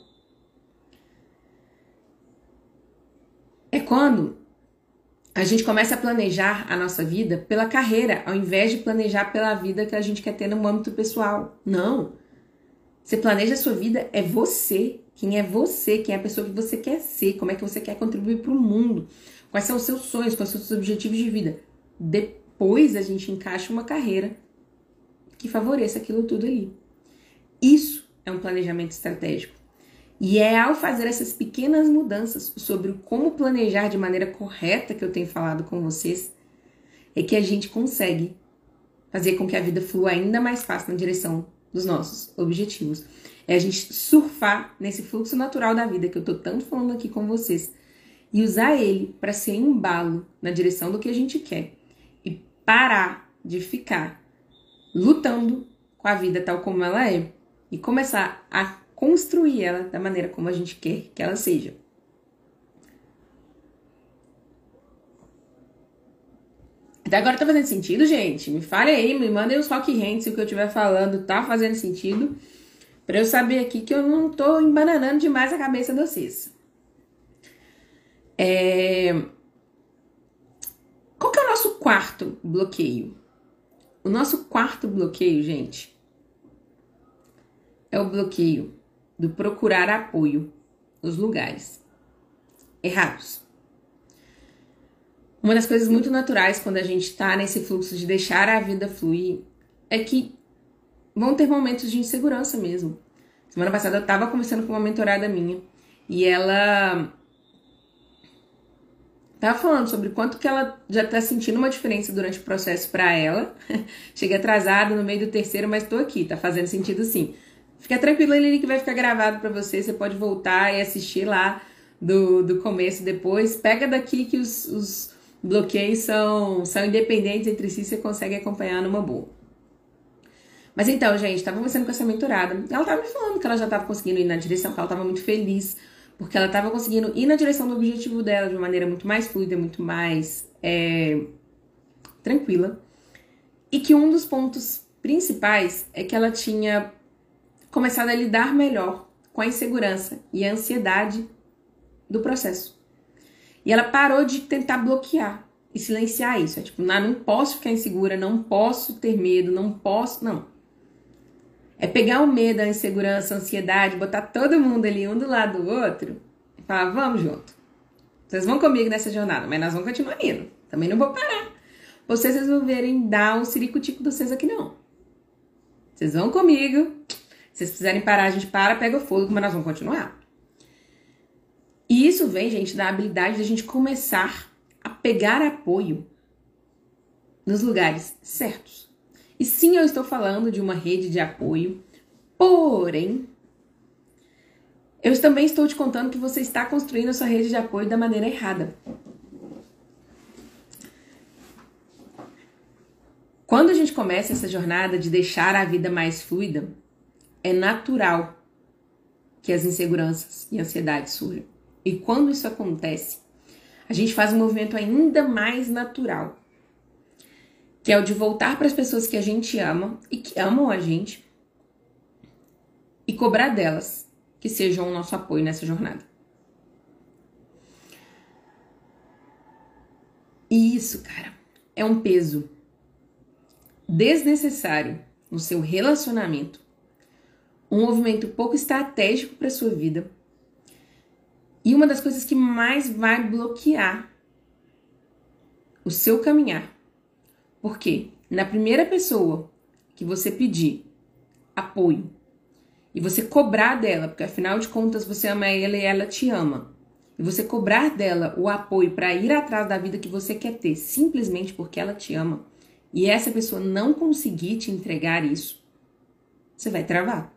É quando a gente começa a planejar a nossa vida pela carreira, ao invés de planejar pela vida que a gente quer ter no âmbito pessoal. Não. Você planeja a sua vida, é você Quem é você? Quem é a pessoa que você quer ser? Como é que você quer contribuir para o mundo? Quais são os seus sonhos? Quais são os seus objetivos de vida? Depois a gente encaixa uma carreira que favoreça aquilo tudo ali. Isso é um planejamento estratégico. E é ao fazer essas pequenas mudanças sobre como planejar de maneira correta que eu tenho falado com vocês, é que a gente consegue fazer com que a vida flua ainda mais fácil na direção dos nossos objetivos. É a gente surfar nesse fluxo natural da vida que eu tô tanto falando aqui com vocês e usar ele para ser embalo na direção do que a gente quer e parar de ficar lutando com a vida tal como ela é e começar a construir ela da maneira como a gente quer que ela seja. Até agora tá fazendo sentido, gente? Me fale aí, me mandem os rock hands se o que eu estiver falando tá fazendo sentido, pra eu saber aqui que eu não tô embananando demais a cabeça de vocês. Qual que é o nosso quarto bloqueio? O nosso quarto bloqueio, gente, é o bloqueio do procurar apoio nos lugares errados. Uma das coisas muito naturais quando a gente tá nesse fluxo de deixar a vida fluir é que vão ter momentos de insegurança mesmo. Semana passada eu tava conversando com uma mentorada minha e ela tava falando sobre quanto que ela já tá sentindo uma diferença durante o processo pra ela. Cheguei atrasada no meio do terceiro, mas tô aqui, tá fazendo sentido sim. Fica tranquila, Lili, que vai ficar gravado pra você. Você pode voltar e assistir lá do começo depois. Pega daqui que os bloqueios são independentes entre si, você consegue acompanhar numa boa. Mas então, gente, tava conversando com essa mentorada. Ela tava me falando que ela já tava conseguindo ir na direção, que ela tava muito feliz, porque ela tava conseguindo ir na direção do objetivo dela de uma maneira muito mais fluida, muito mais tranquila. E que um dos pontos principais é que ela tinha começado a lidar melhor com a insegurança e a ansiedade do processo. E ela parou de tentar bloquear e silenciar isso. É tipo, não posso ficar insegura, não posso ter medo, não posso... Não. É pegar o medo, a insegurança, a ansiedade, botar todo mundo ali um do lado do outro e falar, vamos junto. Vocês vão comigo nessa jornada, mas nós vamos continuar indo. Também não vou parar. Vocês resolverem dar um ciricutico de vocês aqui não. Vocês vão comigo. Se vocês quiserem parar, a gente para, pega o fogo, mas nós vamos continuar. E isso vem, gente, da habilidade de a gente começar a pegar apoio nos lugares certos. E sim, eu estou falando de uma rede de apoio, porém, eu também estou te contando que você está construindo a sua rede de apoio da maneira errada. Quando a gente começa essa jornada de deixar a vida mais fluida, é natural que as inseguranças e ansiedades surjam. E quando isso acontece, a gente faz um movimento ainda mais natural, que é o de voltar para as pessoas que a gente ama e que amam a gente e cobrar delas que sejam o nosso apoio nessa jornada. E isso, cara, é um peso desnecessário no seu relacionamento, um movimento pouco estratégico para sua vida e uma das coisas que mais vai bloquear o seu caminhar. Porque na primeira pessoa que você pedir apoio e você cobrar dela, porque afinal de contas você ama ela e ela te ama, e você cobrar dela o apoio para ir atrás da vida que você quer ter, simplesmente porque ela te ama, e essa pessoa não conseguir te entregar isso, você vai travar.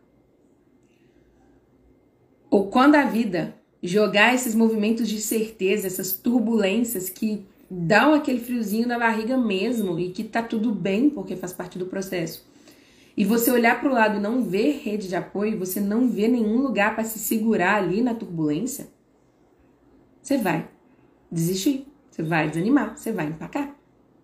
Ou quando a vida jogar esses movimentos de certeza, essas turbulências que dão aquele friozinho na barriga mesmo e que tá tudo bem porque faz parte do processo. E você olhar para o lado e não ver rede de apoio, você não vê nenhum lugar para se segurar ali na turbulência, você vai desistir, você vai desanimar, você vai empacar.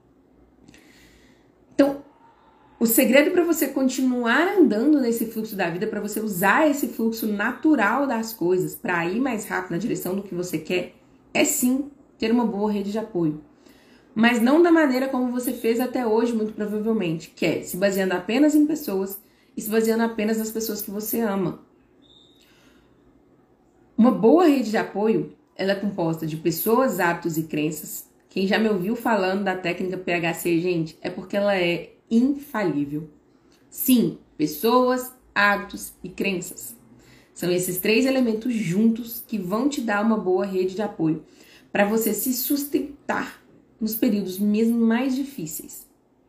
Então, o segredo para você continuar andando nesse fluxo da vida, para você usar esse fluxo natural das coisas para ir mais rápido na direção do que você quer, é sim ter uma boa rede de apoio. Mas não da maneira como você fez até hoje, muito provavelmente, que é se baseando apenas em pessoas e se baseando apenas nas pessoas que você ama. Uma boa rede de apoio, ela é composta de pessoas, hábitos e crenças. Quem já me ouviu falando da técnica PHC, gente, é porque ela é infalível. Sim, pessoas, hábitos e crenças. São esses 3 elementos juntos que vão te dar uma boa rede de apoio para você se sustentar nos períodos mesmo mais difíceis.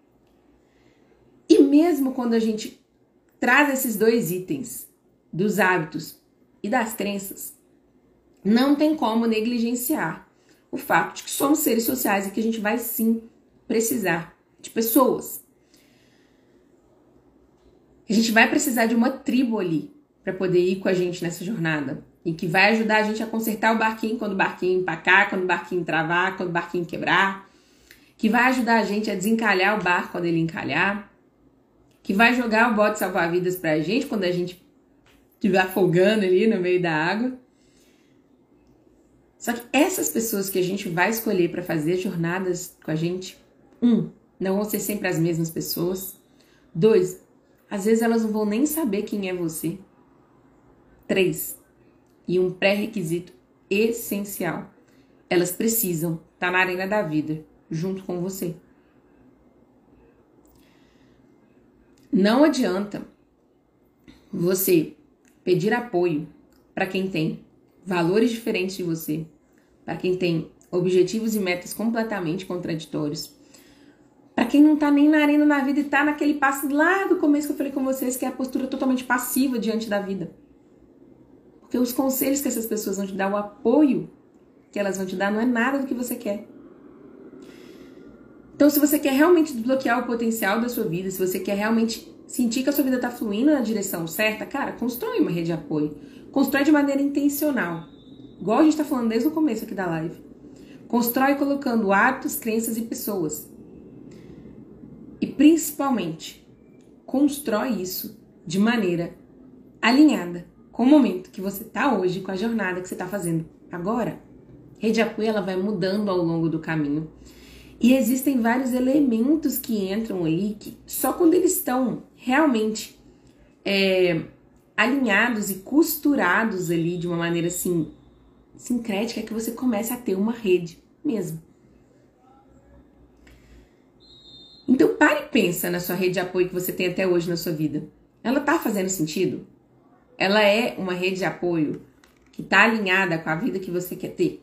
E mesmo quando a gente traz esses 2 itens, dos hábitos e das crenças, não tem como negligenciar o fato de que somos seres sociais e que a gente vai sim precisar de pessoas. A gente vai precisar de uma tribo ali para poder ir com a gente nessa jornada e que vai ajudar a gente a consertar o barquinho quando o barquinho empacar, quando o barquinho travar, quando o barquinho quebrar, que vai ajudar a gente a desencalhar o barco quando ele encalhar, que vai jogar o bote salva-vidas pra gente quando a gente estiver afogando ali no meio da água. Só que essas pessoas que a gente vai escolher para fazer jornadas com a gente, não vão ser sempre as mesmas pessoas. 2, às vezes elas não vão nem saber quem é você. 3, e um pré-requisito essencial, elas precisam estar na arena da vida junto com você. Não adianta você pedir apoio para quem tem valores diferentes de você, para quem tem objetivos e metas completamente contraditórios, para quem não tá nem na arena da vida e tá naquele passo lá do começo que eu falei com vocês, que é a postura totalmente passiva diante da vida. Porque os conselhos que essas pessoas vão te dar, o apoio que elas vão te dar, não é nada do que você quer. Então, se você quer realmente desbloquear o potencial da sua vida, se você quer realmente sentir que a sua vida tá fluindo na direção certa, cara, constrói uma rede de apoio. Constrói de maneira intencional. Igual a gente tá falando desde o começo aqui da live. Constrói colocando hábitos, crenças e pessoas. E principalmente, constrói isso de maneira alinhada com o momento que você tá hoje, com a jornada que você tá fazendo agora. Rede de apoio, ela vai mudando ao longo do caminho. E existem vários elementos que entram ali que só quando eles estão realmente alinhados e costurados ali de uma maneira assim, sincrética, é que você começa a ter uma rede mesmo. Então pare e pensa na sua rede de apoio que você tem até hoje na sua vida. Ela tá fazendo sentido? Ela é uma rede de apoio que tá alinhada com a vida que você quer ter?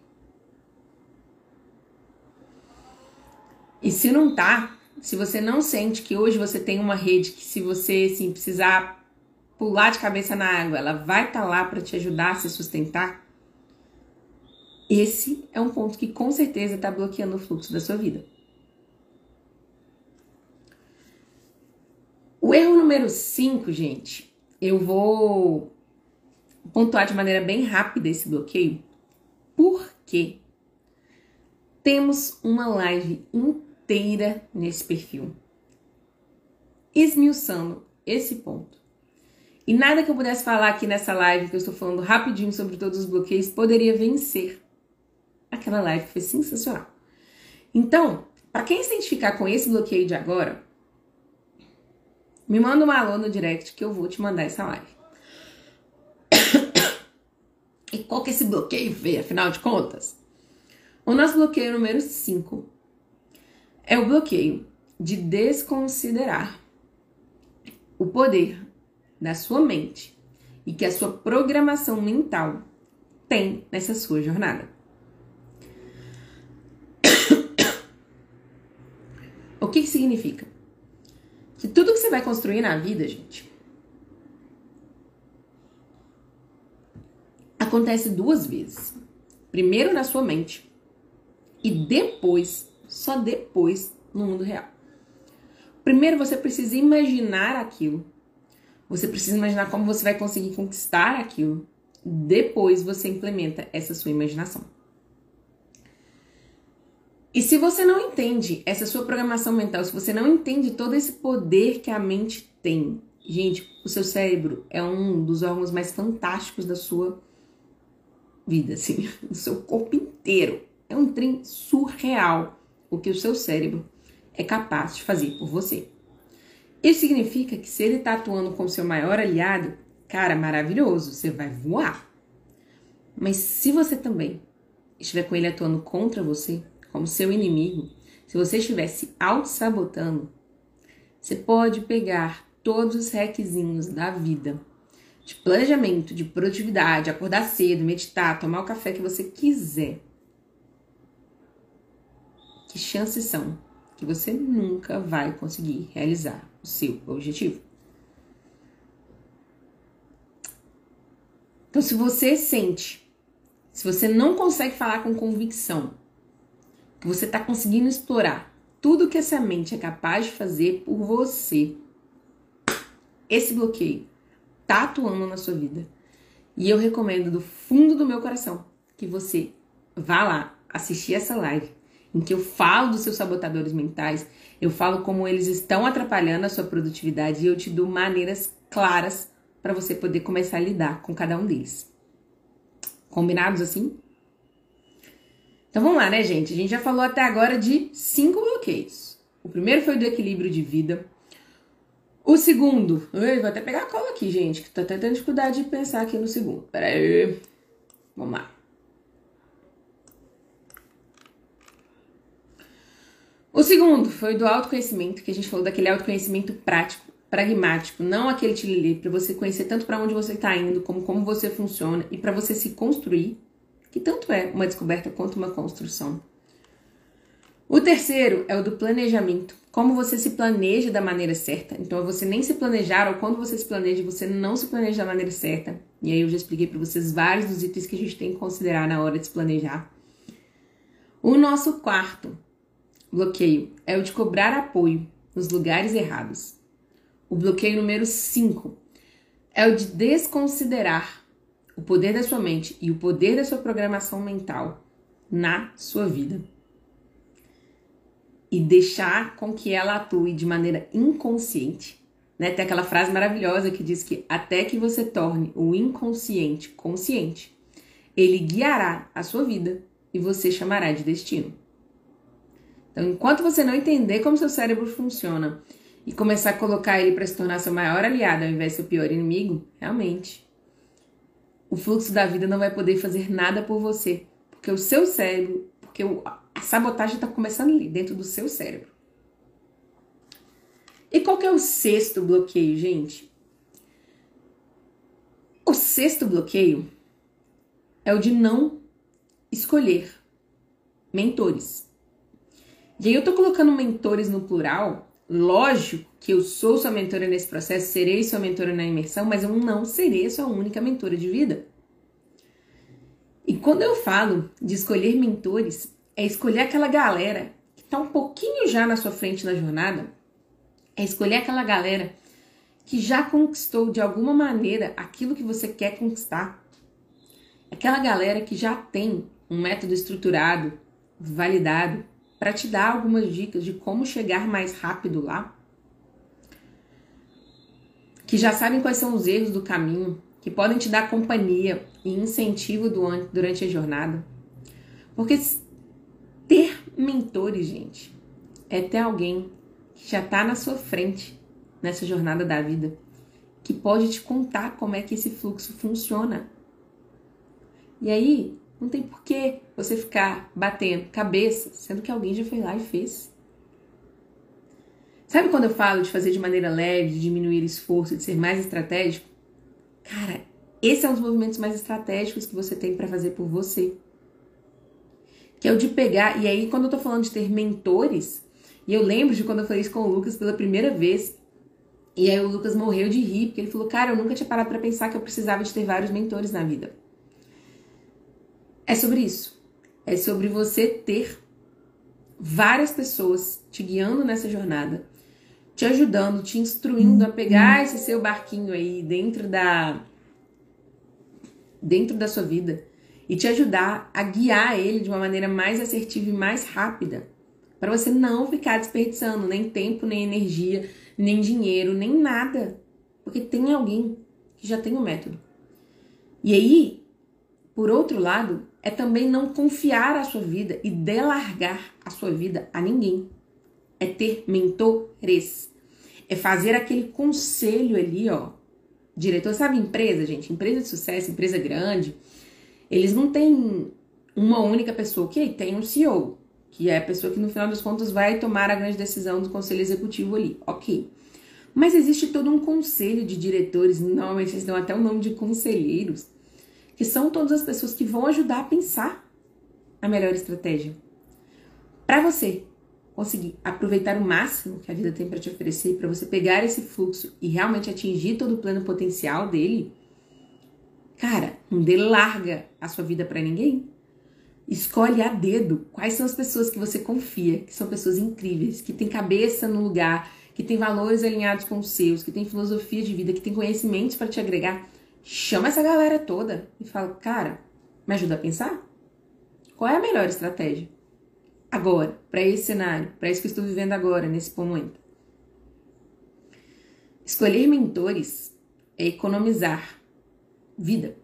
E se não tá, se você não sente que hoje você tem uma rede que se você assim, precisar pular de cabeça na água, ela vai estar lá para te ajudar a se sustentar, esse é um ponto que com certeza está bloqueando o fluxo da sua vida. O erro número 5, gente, eu vou pontuar de maneira bem rápida esse bloqueio, porque temos uma live inteira nesse perfil, esmiuçando esse ponto. E nada que eu pudesse falar aqui nessa live, que eu estou falando rapidinho sobre todos os bloqueios, poderia vencer aquela live que foi sensacional. Então, para quem se identificar com esse bloqueio de agora, me manda uma alô no direct que eu vou te mandar essa live. E qual que é esse bloqueio, Fê, afinal de contas? O nosso bloqueio número 5 é o bloqueio de desconsiderar o poder da sua mente e que a sua programação mental tem nessa sua jornada. O que significa? Que tudo que você vai construir na vida, gente, acontece 2 vezes. Primeiro na sua mente e depois, só depois, no mundo real. Primeiro você precisa imaginar aquilo. Você precisa imaginar como você vai conseguir conquistar aquilo. Depois você implementa essa sua imaginação. E se você não entende essa sua programação mental, se você não entende todo esse poder que a mente tem, gente, o seu cérebro é um dos órgãos mais fantásticos da sua vida, assim, do seu corpo inteiro. É um trem surreal o que o seu cérebro é capaz de fazer por você. Isso significa que se ele está atuando como seu maior aliado, cara, maravilhoso, você vai voar. Mas se você também estiver com ele atuando contra você, como seu inimigo, se você estiver se auto-sabotando, você pode pegar todos os hackzinhos da vida, de planejamento, de produtividade, acordar cedo, meditar, tomar o café que você quiser. Que chances são que você nunca vai conseguir realizar o seu objetivo? Então, se você sente, se você não consegue falar com convicção, que você está conseguindo explorar tudo que essa mente é capaz de fazer por você, esse bloqueio tá atuando na sua vida. E eu recomendo do fundo do meu coração que você vá lá assistir essa live, em que eu falo dos seus sabotadores mentais, eu falo como eles estão atrapalhando a sua produtividade e eu te dou maneiras claras para você poder começar a lidar com cada um deles. Combinados assim? Então vamos lá, né, gente? A gente já falou até agora de 5 bloqueios. O primeiro foi do equilíbrio de vida. O segundo, vou até pegar a cola aqui, gente, que tô até tendo dificuldade de pensar aqui no segundo. Pera aí. Vamos lá. O segundo foi do autoconhecimento, que a gente falou daquele autoconhecimento prático, pragmático, não aquele tililê, para você conhecer tanto para onde você está indo, como você funciona e para você se construir, que tanto é uma descoberta quanto uma construção. O terceiro é o do planejamento, como você se planeja da maneira certa. Então, é você nem se planejar, ou quando você se planeja, você não se planeja da maneira certa. E aí eu já expliquei para vocês vários dos itens que a gente tem que considerar na hora de se planejar. O nosso quarto bloqueio é o de cobrar apoio nos lugares errados. O bloqueio número 5 é o de desconsiderar o poder da sua mente e o poder da sua programação mental na sua vida. E deixar com que ela atue de maneira inconsciente. Né? Tem aquela frase maravilhosa que diz que até que você torne o inconsciente consciente, ele guiará a sua vida e você chamará de destino. Então, enquanto você não entender como seu cérebro funciona e começar a colocar ele para se tornar seu maior aliado ao invés de seu pior inimigo, realmente, o fluxo da vida não vai poder fazer nada por você. Porque o seu cérebro, porque a sabotagem está começando ali, dentro do seu cérebro. E qual que é o sexto bloqueio, gente? O sexto bloqueio é o de não escolher mentores. E aí eu tô colocando mentores no plural. Lógico que eu sou sua mentora nesse processo, serei sua mentora na imersão, mas eu não serei sua única mentora de vida. E quando eu falo de escolher mentores, é escolher aquela galera que tá um pouquinho já na sua frente na jornada, é escolher aquela galera que já conquistou de alguma maneira aquilo que você quer conquistar. Aquela galera que já tem um método estruturado, validado, para te dar algumas dicas de como chegar mais rápido lá. Que já sabem quais são os erros do caminho, que podem te dar companhia e incentivo durante a jornada. Porque ter mentores, gente, é ter alguém que já está na sua frente nessa jornada da vida, que pode te contar como é que esse fluxo funciona. E aí, não tem por que você ficar batendo cabeça, sendo que alguém já foi lá e fez. Sabe quando eu falo de fazer de maneira leve, de diminuir esforço, de ser mais estratégico? Cara, esse é um dos movimentos mais estratégicos que você tem para fazer por você. Que é o de pegar, e aí quando eu tô falando de ter mentores, e eu lembro de quando eu falei isso com o Lucas pela primeira vez, e aí o Lucas morreu de rir, porque ele falou, cara, eu nunca tinha parado para pensar que eu precisava de ter vários mentores na vida. É sobre isso. É sobre você ter várias pessoas te guiando nessa jornada, te ajudando, te instruindo a pegar esse seu barquinho aí dentro da sua vida e te ajudar a guiar ele de uma maneira mais assertiva e mais rápida, para você não ficar desperdiçando nem tempo, nem energia, nem dinheiro, nem nada, porque tem alguém que já tem o método. E aí, por outro lado, é também não confiar a sua vida e delargar a sua vida a ninguém. É ter mentores. É fazer aquele conselho ali, ó. Diretor, sabe empresa, gente? Empresa de sucesso, empresa grande. Eles não têm uma única pessoa, ok? Tem um CEO, que é a pessoa que no final dos contos vai tomar a grande decisão do conselho executivo ali, ok. Mas existe todo um conselho de diretores, normalmente eles dão até o nome de conselheiros, que são todas as pessoas que vão ajudar a pensar a melhor estratégia. Para você conseguir aproveitar o máximo que a vida tem para te oferecer, para você pegar esse fluxo e realmente atingir todo o pleno potencial dele, cara, não dê larga a sua vida para ninguém. Escolhe a dedo quais são as pessoas que você confia, que são pessoas incríveis, que têm cabeça no lugar, que têm valores alinhados com os seus, que têm filosofia de vida, que têm conhecimentos para te agregar. Chama essa galera toda e fala, cara, me ajuda a pensar? Qual é a melhor estratégia? Agora, para esse cenário, para isso que eu estou vivendo agora, nesse momento. Escolher mentores é economizar vida.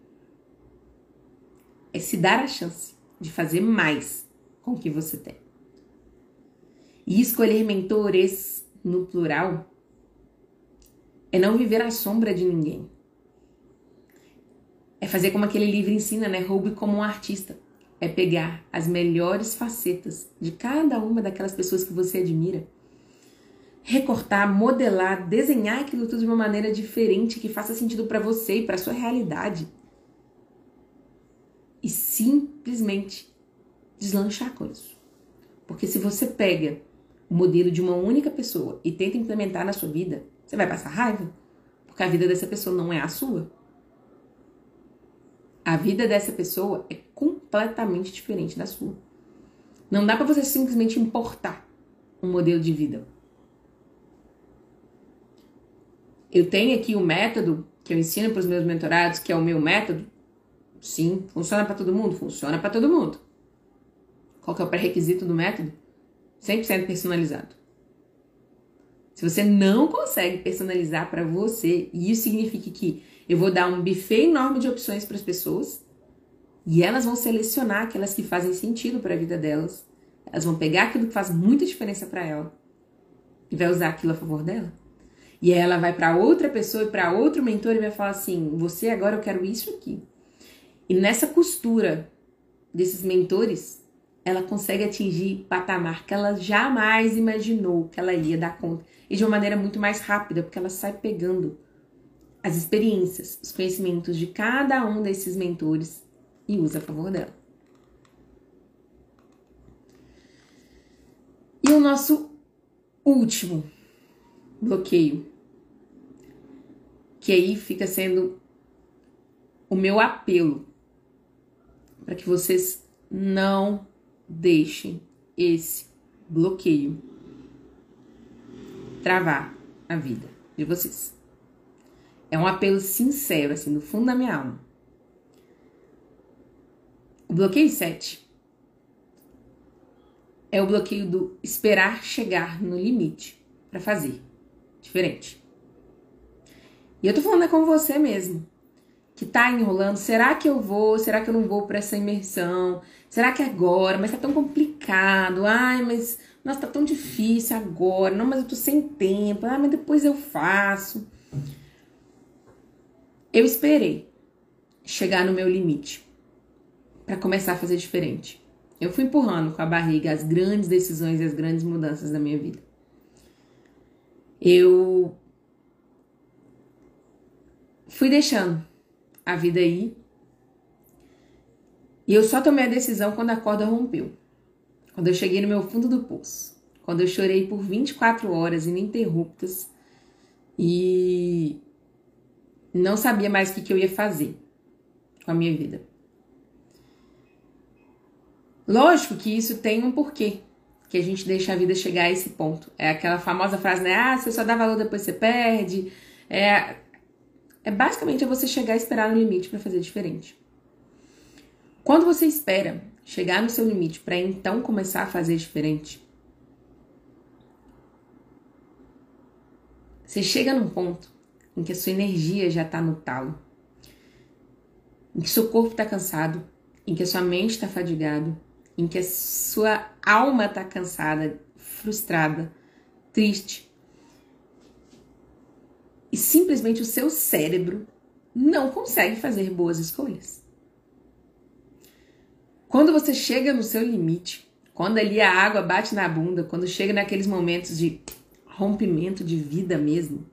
É se dar a chance de fazer mais com o que você tem. E escolher mentores, no plural, é não viver à sombra de ninguém. É fazer como aquele livro ensina, né? Roube como um artista. É pegar as melhores facetas de cada uma daquelas pessoas que você admira, recortar, modelar, desenhar aquilo tudo de uma maneira diferente, que faça sentido para você e para sua realidade. E simplesmente deslanchar com isso. Porque se você pega o modelo de uma única pessoa e tenta implementar na sua vida, você vai passar raiva, porque a vida dessa pessoa não é a sua. A vida dessa pessoa é completamente diferente da sua. Não dá para você simplesmente importar um modelo de vida. Eu tenho aqui o método que eu ensino para os meus mentorados, que é o meu método. Sim, funciona para todo mundo? Funciona para todo mundo. Qual que é o pré-requisito do método? 100% personalizado. Se você não consegue personalizar para você, e isso significa que eu vou dar um buffet enorme de opções para as pessoas e elas vão selecionar aquelas que fazem sentido para a vida delas. Elas vão pegar aquilo que faz muita diferença para ela e vai usar aquilo a favor dela. E aí ela vai para outra pessoa e para outro mentor e vai falar assim, você agora eu quero isso aqui. E nessa costura desses mentores, ela consegue atingir patamar que ela jamais imaginou que ela ia dar conta. E de uma maneira muito mais rápida, porque ela sai pegando as experiências, os conhecimentos de cada um desses mentores e usa a favor dela. E o nosso último bloqueio, que aí fica sendo o meu apelo para que vocês não deixem esse bloqueio travar a vida de vocês. É um apelo sincero, assim, do fundo da minha alma. O bloqueio 7 é o bloqueio do esperar chegar no limite para fazer diferente. E eu tô falando com você mesmo, que tá enrolando. Será que eu vou? Será que eu não vou para essa imersão? Será que é agora? Mas tá tão complicado. Ai, mas nossa, tá tão difícil agora. Não, mas eu tô sem tempo. Ah, mas depois eu faço. Eu esperei chegar no meu limite para começar a fazer diferente. Eu fui empurrando com a barriga as grandes decisões e as grandes mudanças da minha vida. Eu fui deixando a vida aí e eu só tomei a decisão quando a corda rompeu. Quando eu cheguei no meu fundo do poço. Quando eu chorei por 24 horas ininterruptas e não sabia mais o que eu ia fazer com a minha vida. Lógico que isso tem um porquê, que a gente deixa a vida chegar a esse ponto. É aquela famosa frase, né? Ah, você só dá valor depois você perde. Basicamente você chegar a esperar no limite para fazer diferente. Quando você espera chegar no seu limite para então começar a fazer diferente, você chega num ponto em que a sua energia já está no talo, em que seu corpo está cansado, em que a sua mente está fadigado, em que a sua alma está cansada, frustrada, triste. E simplesmente o seu cérebro não consegue fazer boas escolhas. Quando você chega no seu limite, quando ali a água bate na bunda, quando chega naqueles momentos de rompimento de vida mesmo,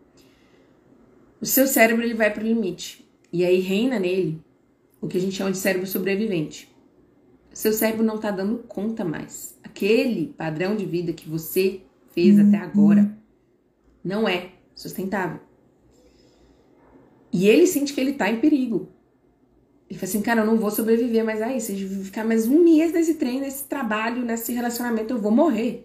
o seu cérebro ele vai para o limite. E aí reina nele o que a gente chama de cérebro sobrevivente. O seu cérebro não está dando conta mais. Aquele padrão de vida que você fez até agora não é sustentável. E ele sente que ele está em perigo. Ele fala assim, cara, eu não vou sobreviver mais a isso. Se eu ficar mais um mês nesse trem, nesse trabalho, nesse relacionamento, eu vou morrer.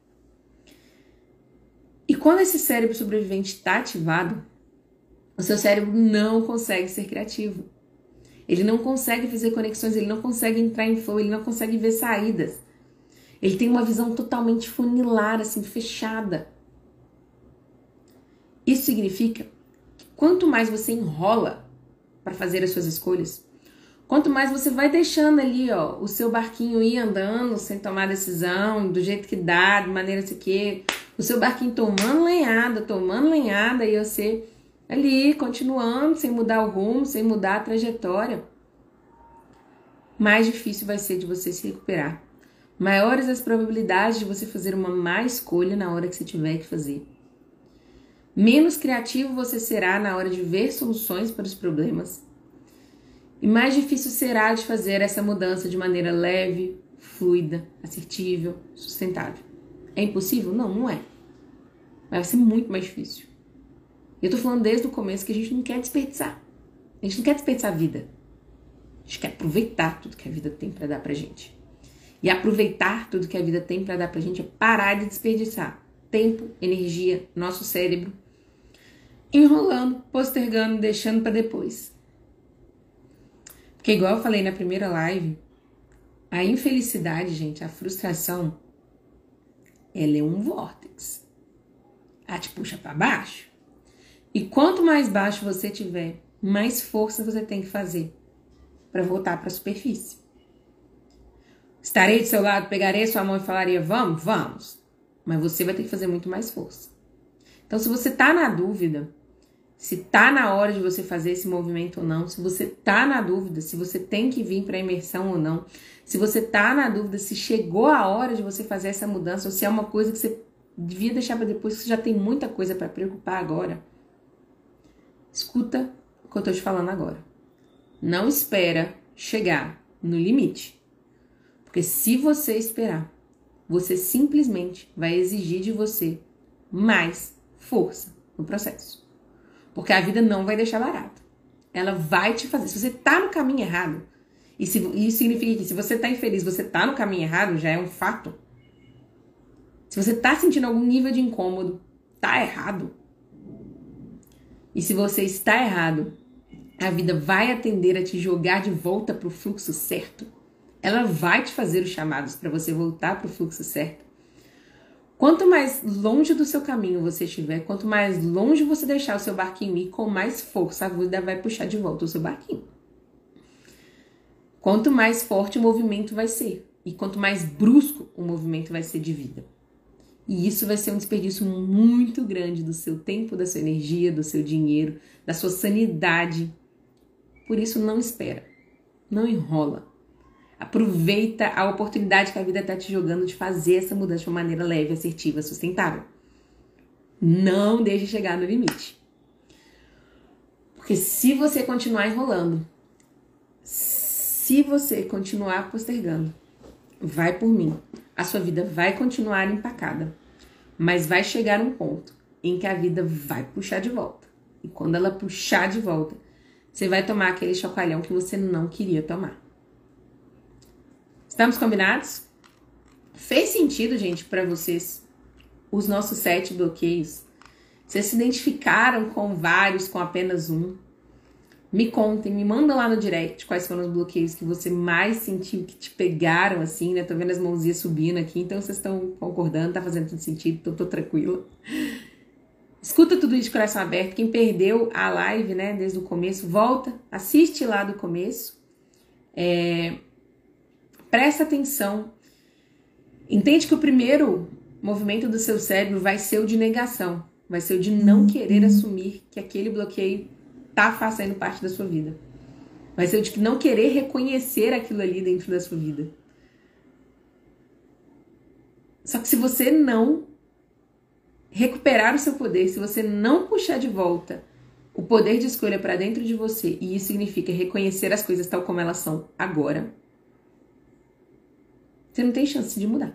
E quando esse cérebro sobrevivente está ativado, o seu cérebro não consegue ser criativo. Ele não consegue fazer conexões, ele não consegue entrar em flow, ele não consegue ver saídas. Ele tem uma visão totalmente funilar, assim, fechada. Isso significa que quanto mais você enrola para fazer as suas escolhas, quanto mais você vai deixando ali, ó, o seu barquinho ir andando sem tomar decisão, do jeito que dá, de maneira assim que o seu barquinho tomando lenhada, e você ali continuando, sem mudar o rumo, sem mudar a trajetória, mais difícil vai ser de você se recuperar. Maiores as probabilidades de você fazer uma má escolha na hora que você tiver que fazer. Menos criativo você será na hora de ver soluções para os problemas. E mais difícil será de fazer essa mudança de maneira leve, fluida, assertível, sustentável. É impossível? Não, não é. Mas vai ser muito mais difícil. Eu tô falando desde o começo que a gente não quer desperdiçar. A gente não quer desperdiçar a vida. A gente quer aproveitar tudo que a vida tem para dar pra gente. E aproveitar tudo que a vida tem para dar pra gente é parar de desperdiçar tempo, energia, nosso cérebro, enrolando, postergando, deixando para depois. Porque igual eu falei na primeira live, a infelicidade, gente, a frustração, ela é um vórtice. Ela te puxa para baixo. E quanto mais baixo você tiver, mais força você tem que fazer para voltar para a superfície. Estarei do seu lado, pegarei a sua mão e falaria, vamos? Vamos. Mas você vai ter que fazer muito mais força. Então, se você tá na dúvida, se tá na hora de você fazer esse movimento ou não, se você tá na dúvida se você tem que vir para a imersão ou não, se você tá na dúvida se chegou a hora de você fazer essa mudança ou se é uma coisa que você devia deixar para depois, que você já tem muita coisa para preocupar agora, escuta o que eu tô te falando agora. Não espera chegar no limite. Porque se você esperar, você simplesmente vai exigir de você mais força no processo. Porque a vida não vai deixar barato. Ela vai te fazer. Se você tá no caminho errado, isso significa que se você tá infeliz, você tá no caminho errado, já é um fato. Se você tá sentindo algum nível de incômodo, tá errado. E se você está errado, a vida vai atender a te jogar de volta pro fluxo certo. Ela vai te fazer os chamados para você voltar pro fluxo certo. Quanto mais longe do seu caminho você estiver, quanto mais longe você deixar o seu barquinho ir, com mais força a vida vai puxar de volta o seu barquinho. Quanto mais forte o movimento vai ser, e quanto mais brusco o movimento vai ser de vida. E isso vai ser um desperdício muito grande do seu tempo, da sua energia, do seu dinheiro, da sua sanidade. Por isso, não espera, não enrola. Aproveita a oportunidade que a vida está te jogando de fazer essa mudança de uma maneira leve, assertiva, sustentável. Não deixe chegar no limite. Porque se você continuar enrolando, se você continuar postergando, vai por mim. A sua vida vai continuar empacada. Mas vai chegar um ponto em que a vida vai puxar de volta. E quando ela puxar de volta, você vai tomar aquele chacoalhão que você não queria tomar. Estamos combinados? Fez sentido, gente, para vocês os nossos 7 bloqueios? Vocês se identificaram com vários, com apenas um? Me contem, me mandam lá no direct quais foram os bloqueios que você mais sentiu, que te pegaram, assim, né? Tô vendo as mãozinhas subindo aqui, então vocês estão concordando, tá fazendo tudo sentido, então tô tranquila. Escuta tudo isso de coração aberto. Quem perdeu a live, né, desde o começo, volta, assiste lá do começo. Presta atenção. Entende que o primeiro movimento do seu cérebro vai ser o de negação. Vai ser o de não querer assumir que aquele bloqueio tá fazendo parte da sua vida. Vai ser o de não querer reconhecer aquilo ali dentro da sua vida. Só que se você não recuperar o seu poder, se você não puxar de volta o poder de escolha para dentro de você, e isso significa reconhecer as coisas tal como elas são agora, você não tem chance de mudar.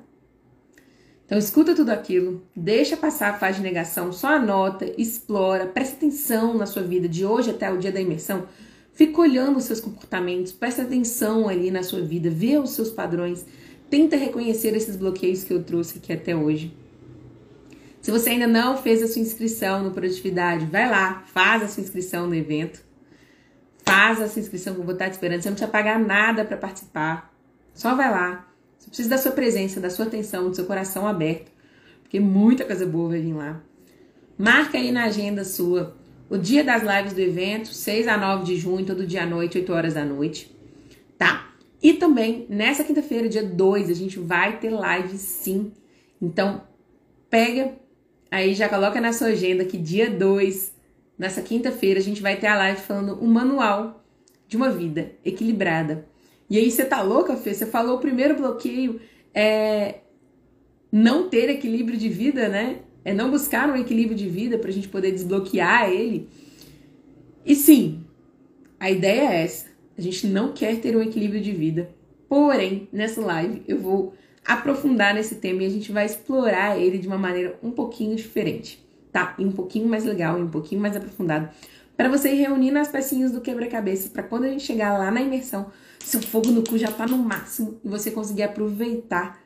Então escuta tudo aquilo, deixa passar a fase de negação, só anota, explora, presta atenção na sua vida de hoje até o dia da imersão, fica olhando os seus comportamentos, presta atenção ali na sua vida, vê os seus padrões, tenta reconhecer esses bloqueios que eu trouxe aqui até hoje. Se você ainda não fez a sua inscrição no Produtividade, vai lá, faz a sua inscrição no evento. Faz a sua inscrição que eu vou estar te esperando. Você não precisa pagar nada para participar. Só vai lá. Você precisa da sua presença, da sua atenção, do seu coração aberto. Porque muita coisa boa vai vir lá. Marca aí na agenda sua o dia das lives do evento, 6 a 9 de junho, todo dia à noite, 8 horas da noite. Tá? E também, nessa quinta-feira, dia 2, a gente vai ter live sim. Então, pega... Aí já coloca na sua agenda que dia 2, nessa quinta-feira, a gente vai ter a live falando o manual de uma vida equilibrada. E aí você tá louca, Fê? Você falou o primeiro bloqueio é não ter equilíbrio de vida, né? É não buscar um equilíbrio de vida pra gente poder desbloquear ele. E sim, a ideia é essa. A gente não quer ter um equilíbrio de vida. Porém, nessa live eu vou aprofundar nesse tema e a gente vai explorar ele de uma maneira um pouquinho diferente, tá? E um pouquinho mais legal, e um pouquinho mais aprofundado, para você ir reunindo as pecinhas do quebra-cabeça, para quando a gente chegar lá na imersão, seu fogo no cu já tá no máximo e você conseguir aproveitar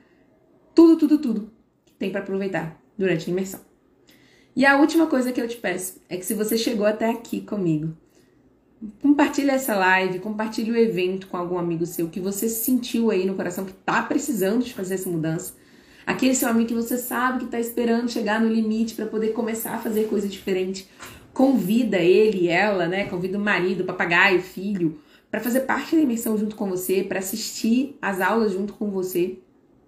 tudo que tem para aproveitar durante a imersão. E a última coisa que eu te peço é que se você chegou até aqui comigo, compartilhe essa live, compartilhe o evento com algum amigo seu que você sentiu aí no coração que tá precisando de fazer essa mudança. Aquele seu amigo que você sabe que tá esperando chegar no limite para poder começar a fazer coisa diferente. Convida ele e ela, né? Convida o marido, o papagaio, o filho, para fazer parte da imersão junto com você, para assistir as aulas junto com você.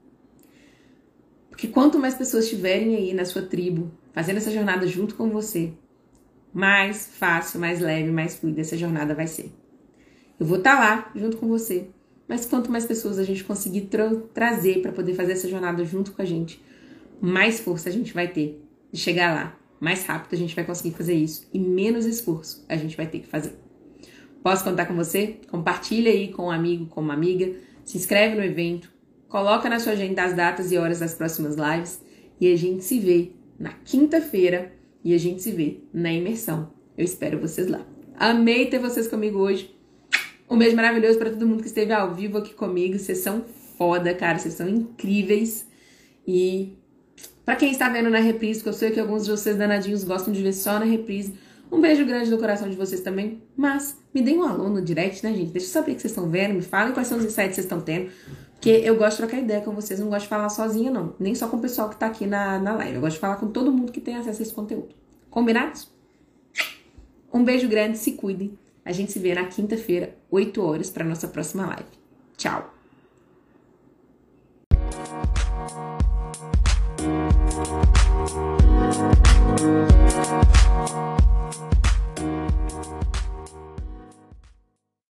Porque quanto mais pessoas estiverem aí na sua tribo, fazendo essa jornada junto com você, mais fácil, mais leve, mais fluida essa jornada vai ser. Eu vou estar lá junto com você, mas quanto mais pessoas a gente conseguir trazer para poder fazer essa jornada junto com a gente, mais força a gente vai ter de chegar lá. Mais rápido a gente vai conseguir fazer isso e menos esforço a gente vai ter que fazer. Posso contar com você? Compartilha aí com um amigo, com uma amiga, se inscreve no evento, coloca na sua agenda as datas e horas das próximas lives e a gente se vê na quinta-feira. E a gente se vê na imersão. Eu espero vocês lá. Amei ter vocês comigo hoje. Um beijo maravilhoso para todo mundo que esteve ao vivo aqui comigo. Vocês são foda, cara. Vocês são incríveis. E para quem está vendo na reprise, porque eu sei que alguns de vocês danadinhos gostam de ver só na reprise, um beijo grande no coração de vocês também. Mas me deem um alô no direct, né, gente? Deixa eu saber o que vocês estão vendo. Me falem quais são os insights que vocês estão tendo. Porque eu gosto de trocar ideia com vocês, não gosto de falar sozinha, não. Nem só com o pessoal que tá aqui na live. Eu gosto de falar com todo mundo que tem acesso a esse conteúdo. Combinados? Um beijo grande, se cuidem. A gente se vê na quinta-feira, 8 horas, para nossa próxima live. Tchau!